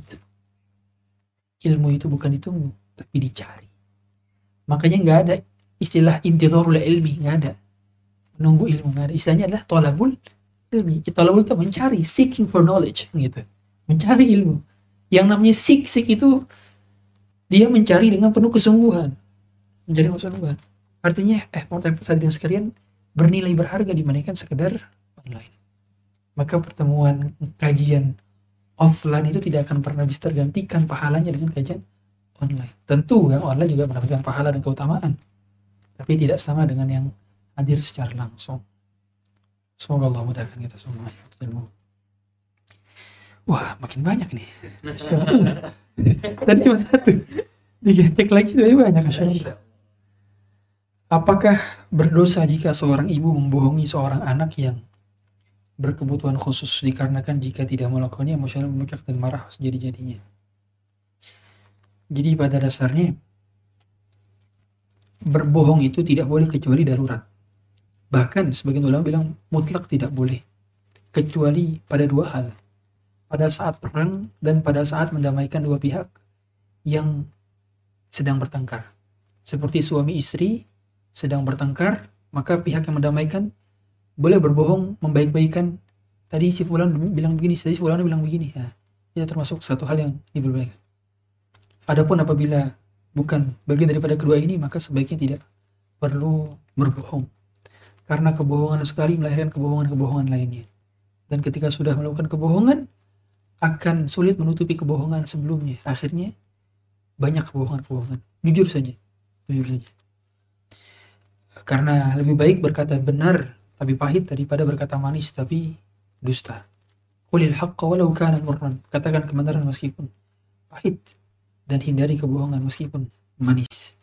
Ilmu itu bukan ditunggu, tapi dicari. Makanya nggak ada istilah intizarul ilmi, nggak ada. Menunggu ilmu, nggak ada. Istilahnya adalah tolabul ilmi. Tolabul itu mencari, seeking for knowledge, gitu. Mencari ilmu. Yang namanya seek, seek itu dia mencari dengan penuh kesungguhan. Mencari kesungguhan. Artinya effort-effort hadirin sekalian bernilai berharga dibandingkan sekedar online. Maka pertemuan kajian offline itu tidak akan pernah bisa tergantikan pahalanya dengan kajian online. Tentu yang online juga mendapatkan pahala dan keutamaan, tapi tidak sama dengan yang hadir secara langsung. Semoga Allah mudahkan kita semua. Wah, makin banyak nih. Tadi cuma satu, dicek lagi sudah banyak. Masya. Apakah berdosa jika seorang ibu membohongi seorang anak yang berkebutuhan khusus dikarenakan jika tidak melakukannya emosional, memuncak dan marah sejadi-jadinya? Jadi pada dasarnya berbohong itu tidak boleh kecuali darurat. Bahkan sebagian ulama bilang mutlak tidak boleh kecuali pada dua hal. Pada saat perang dan pada saat mendamaikan dua pihak yang sedang bertengkar. Seperti suami istri sedang bertengkar, maka pihak yang mendamaikan boleh berbohong, membaik-baikan. Tadi si fulan bilang begini, tadi si fulan bilang begini. Ya, itu termasuk satu hal yang diperbolehkan. Adapun apabila bukan bagian daripada kedua ini, maka sebaiknya tidak perlu berbohong. Karena kebohongan sekali melahirkan kebohongan-kebohongan lainnya. Dan ketika sudah melakukan kebohongan, akan sulit menutupi kebohongan sebelumnya. Akhirnya banyak kebohongan-kebohongan. Jujur saja, jujur saja. Karena lebih baik berkata benar tapi pahit daripada berkata manis tapi dusta. Qulil haqqa walau kana murran. Katakan kebenaran meskipun pahit, dan hindari kebohongan meskipun manis.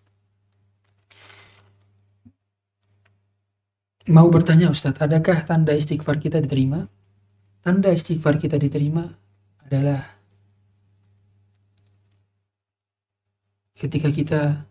Mau bertanya Ustadz, adakah tanda istighfar kita diterima? Tanda istighfar kita diterima adalah ketika kita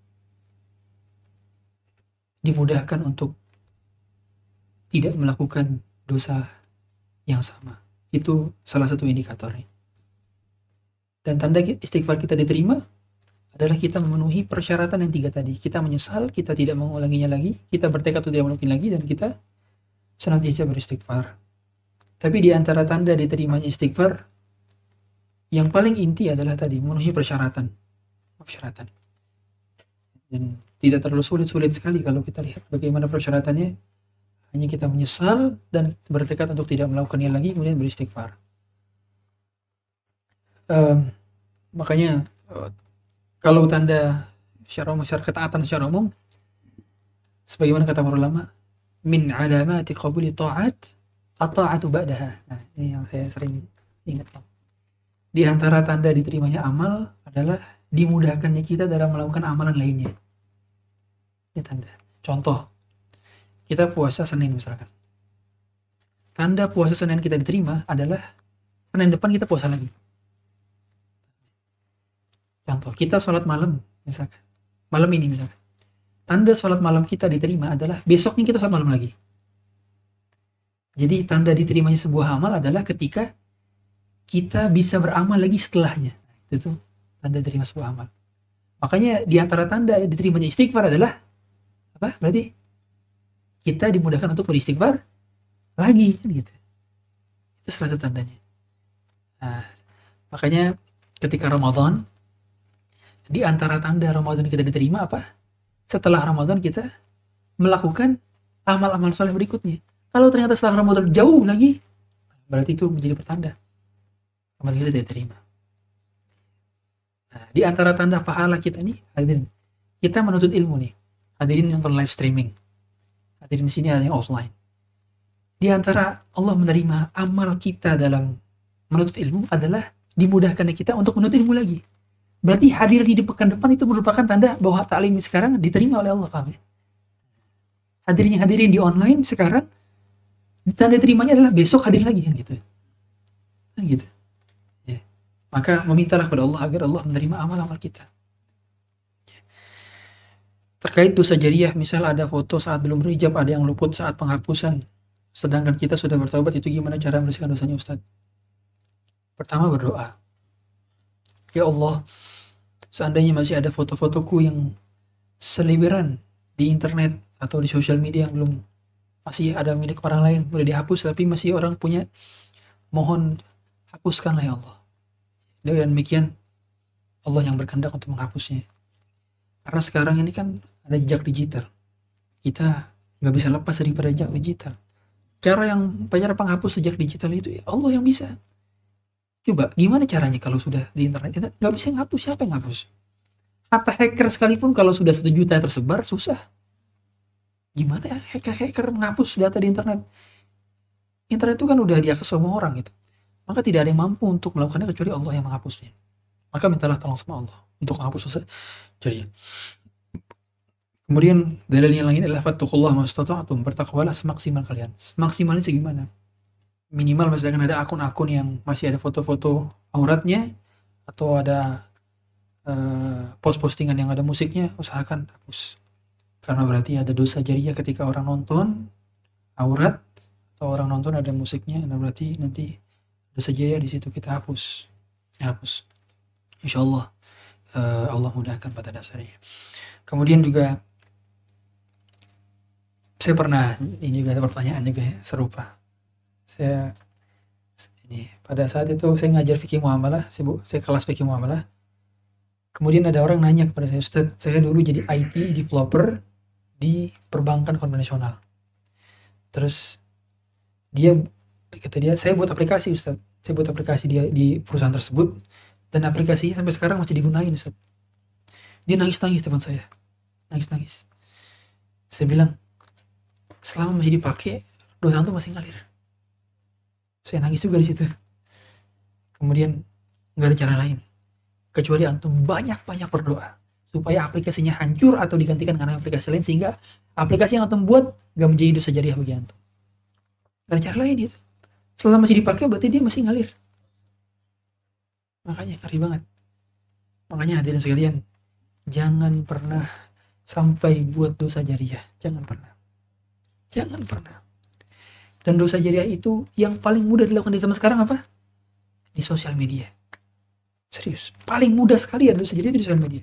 dimudahkan untuk tidak melakukan dosa yang sama. Itu salah satu indikatornya. Dan tanda istighfar kita diterima adalah kita memenuhi persyaratan yang tiga tadi. Kita menyesal, kita tidak mengulanginya lagi, kita bertekad untuk tidak mengulangi lagi, dan kita senantiasa beristighfar. Tapi di antara tanda diterimanya istighfar, yang paling inti adalah tadi, memenuhi persyaratan. Persyaratan. Dan tidak terlalu sulit-sulit sekali kalau kita lihat bagaimana persyaratannya. Hanya kita menyesal dan bertekad untuk tidak melakukannya lagi, kemudian beristighfar. Um, makanya uh, kalau tanda secara umum, secara ketaatan secara umum, sebagaimana kata para ulama, min alamati qabuli ta'at at-ta'atu ba'daha. Nah, ini yang saya sering ingatkan. Di antara tanda diterimanya amal adalah dimudahkannya kita dalam melakukan amalan lainnya. Ini tanda. Contoh, kita puasa Senin misalkan. Tanda puasa Senin kita diterima adalah Senin depan kita puasa lagi. Contoh, kita sholat malam misalkan, malam ini misalkan. Tanda sholat malam kita diterima adalah besoknya kita sholat malam lagi. Jadi tanda diterimanya sebuah amal adalah ketika kita bisa beramal lagi setelahnya. Itu tanda diterima sebuah amal. Makanya di antara tanda diterimanya istighfar adalah apa? Berarti kita dimudahkan untuk beristighfar lagi, kan gitu. Itu salah satu tandanya. Nah, makanya ketika Ramadan, di antara tanda Ramadan kita diterima apa? Setelah Ramadan kita melakukan amal-amal soleh berikutnya. Kalau ternyata setelah Ramadan jauh lagi, berarti itu menjadi pertanda Ramadan kita tidak diterima. Nah, di antara tanda pahala kita nih, hadirin, kita menuntut ilmu nih. Hadirin nonton live streaming. Hadirin di sini ada yang offline. Di antara Allah menerima amal kita dalam menuntut ilmu adalah dimudahkannya kita untuk menuntut ilmu lagi. Berarti hadir di pekan depan itu merupakan tanda bahwa taklim sekarang diterima oleh Allah, paham ya? Hadirnya hadirin di online sekarang, tanda terimanya adalah besok hadir lagi, kan gitu. Kan gitu. Ya. Maka memintalah kepada Allah agar Allah menerima amal-amal kita. Terkait dosa jariah, misal ada foto saat belum berhijab, ada yang luput saat penghapusan, sedangkan kita sudah bertaubat, itu gimana cara membersihkan dosanya, Ustaz? Pertama, berdoa. Ya Allah, seandainya masih ada foto-fotoku yang seliweran di internet atau di sosial media yang belum, masih ada milik orang lain, boleh dihapus, tapi masih orang punya, mohon hapuskanlah ya Allah. Dan demikian Allah yang berkehendak untuk menghapusnya. Karena sekarang ini kan ada jejak digital. Kita nggak bisa lepas daripada jejak digital. Cara yang cara penghapus jejak digital itu ya Allah yang bisa. Coba gimana caranya kalau sudah di internet? Internet nggak bisa ngapus, siapa yang ngapus? Hatta hacker sekalipun kalau sudah satu juta tersebar susah. Gimana ya hacker-hacker menghapus data di internet? Internet itu kan udah diakses semua orang gitu. Maka tidak ada yang mampu untuk melakukannya kecuali Allah yang menghapusnya. Maka mintalah tolong sama Allah untuk menghapus dosa jariah. Kemudian dalil yang lain adalah fattaqullaha mastata'tum, bertakwalah semaksimal kalian. Semaksimalnya segimana? Minimal misalkan ada akun-akun yang masih ada foto-foto auratnya atau ada uh, post-postingan yang ada musiknya, usahakan hapus. Karena berarti ada dosa jariah ketika orang nonton aurat atau orang nonton ada musiknya, nah berarti nanti dosa jariah di situ, kita hapus. Hapus. Insyaallah uh, Allah mudahkan pada dasarnya. Kemudian juga saya pernah, ini juga ada pertanyaan juga ya, serupa. Saya ini pada saat itu saya ngajar fikih muamalah, sibuk saya kelas fikih muamalah. Kemudian ada orang nanya kepada saya, Ustaz, saya dulu jadi I T developer di perbankan konvensional. Terus dia kata dia, saya buat aplikasi Ustaz. Saya buat aplikasi di, di perusahaan tersebut, dan aplikasinya sampai sekarang masih digunain, Ustaz. Dia nangis-nangis teman saya, nangis-nangis. Saya bilang, selama masih dipakai, dosa antum masih ngalir. Saya nangis juga di situ. Kemudian nggak ada cara lain kecuali antum banyak-banyak berdoa supaya aplikasinya hancur atau digantikan dengan aplikasi lain, sehingga aplikasi yang antum buat nggak menjadi dosa jariah bagi antum. Nggak ada cara lain itu. Selama masih dipakai berarti dia masih ngalir. Makanya ngeri banget. Makanya hadirin sekalian, jangan pernah sampai buat dosa jariah. Jangan pernah. Jangan pernah. Dan dosa jariah itu yang paling mudah dilakukan di zaman sekarang apa? Di sosial media. Serius. Paling mudah sekali ya dosa jariah itu di sosial media.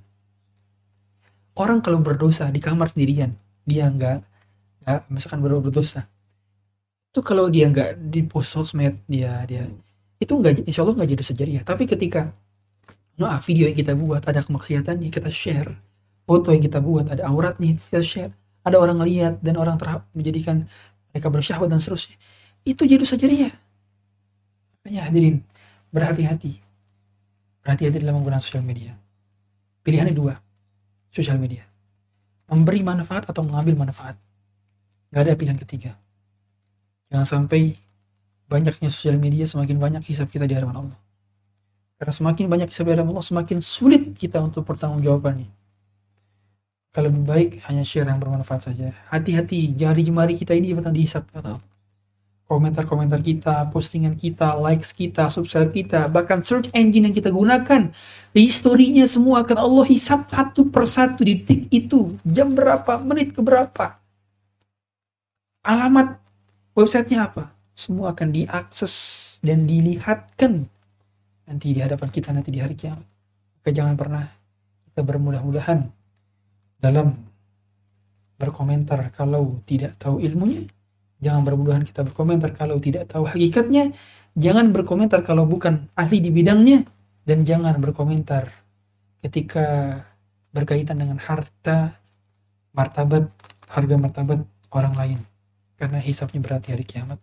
Orang kalau berdosa di kamar sendirian, dia nggak, nggak misalkan berdosa, itu kalau dia nggak di post sosmed, dia dia itu nggak, insya Allah nggak jadi dosa jariah. Tapi ketika maaf video yang kita buat ada kemaksiatannya, kita share, foto yang kita buat ada auratnya, kita share, ada orang lihat dan orang terhap menjadikan mereka bersyahwat dan seterusnya, itu jadi dosa jariah. Makanya hadirin, berhati-hati, berhati-hati dalam menggunakan sosial media. Pilihannya dua, sosial media, memberi manfaat atau mengambil manfaat. Nggak ada pilihan ketiga. Jangan sampai banyaknya sosial media semakin banyak hisab kita di hadapan Allah. Karena semakin banyak hisab di hadapan Allah, semakin sulit kita untuk pertanggungjawabannya. Kalau lebih baik hanya share yang bermanfaat saja. Hati-hati, jari jemari kita ini pernah dihisab. Komentar-komentar kita, postingan kita, likes kita, subscribe kita, bahkan search engine yang kita gunakan, historinya semua akan Allah hisab satu persatu di detik itu, jam berapa, menit ke berapa, alamat websitenya apa, semua akan diakses dan dilihatkan nanti di hadapan kita nanti di hari kiamat. Maka jangan pernah kita bermudah-mudahan dalam berkomentar kalau tidak tahu ilmunya. Jangan bermudahan kita berkomentar kalau tidak tahu hakikatnya. Jangan berkomentar kalau bukan ahli di bidangnya. Dan jangan berkomentar ketika berkaitan dengan harta, martabat, harga martabat orang lain. Karena hisabnya berat di hari kiamat.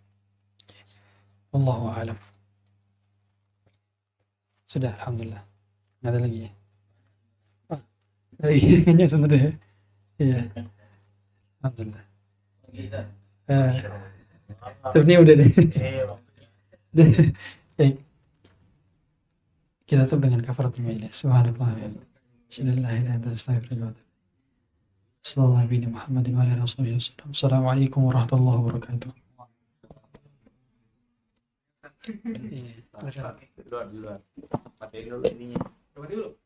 Wallahu a'lam. Sudah, alhamdulillah. Nggak ada lagi ya? Oh, kayaknya sebenarnya. Iya. Alhamdulillah. Uh, sepertinya udah deh. Baik. Kita tutup dengan kafaratul majlis. Subhanallah. Alhamdulillah. Sallallahu alaihi Muhammadin wa alihi wasallam. Assalamualaikum warahmatullahi wabarakatuh. Iya. Duluan, duluan. Pakai dulu ininya. Coba dulu.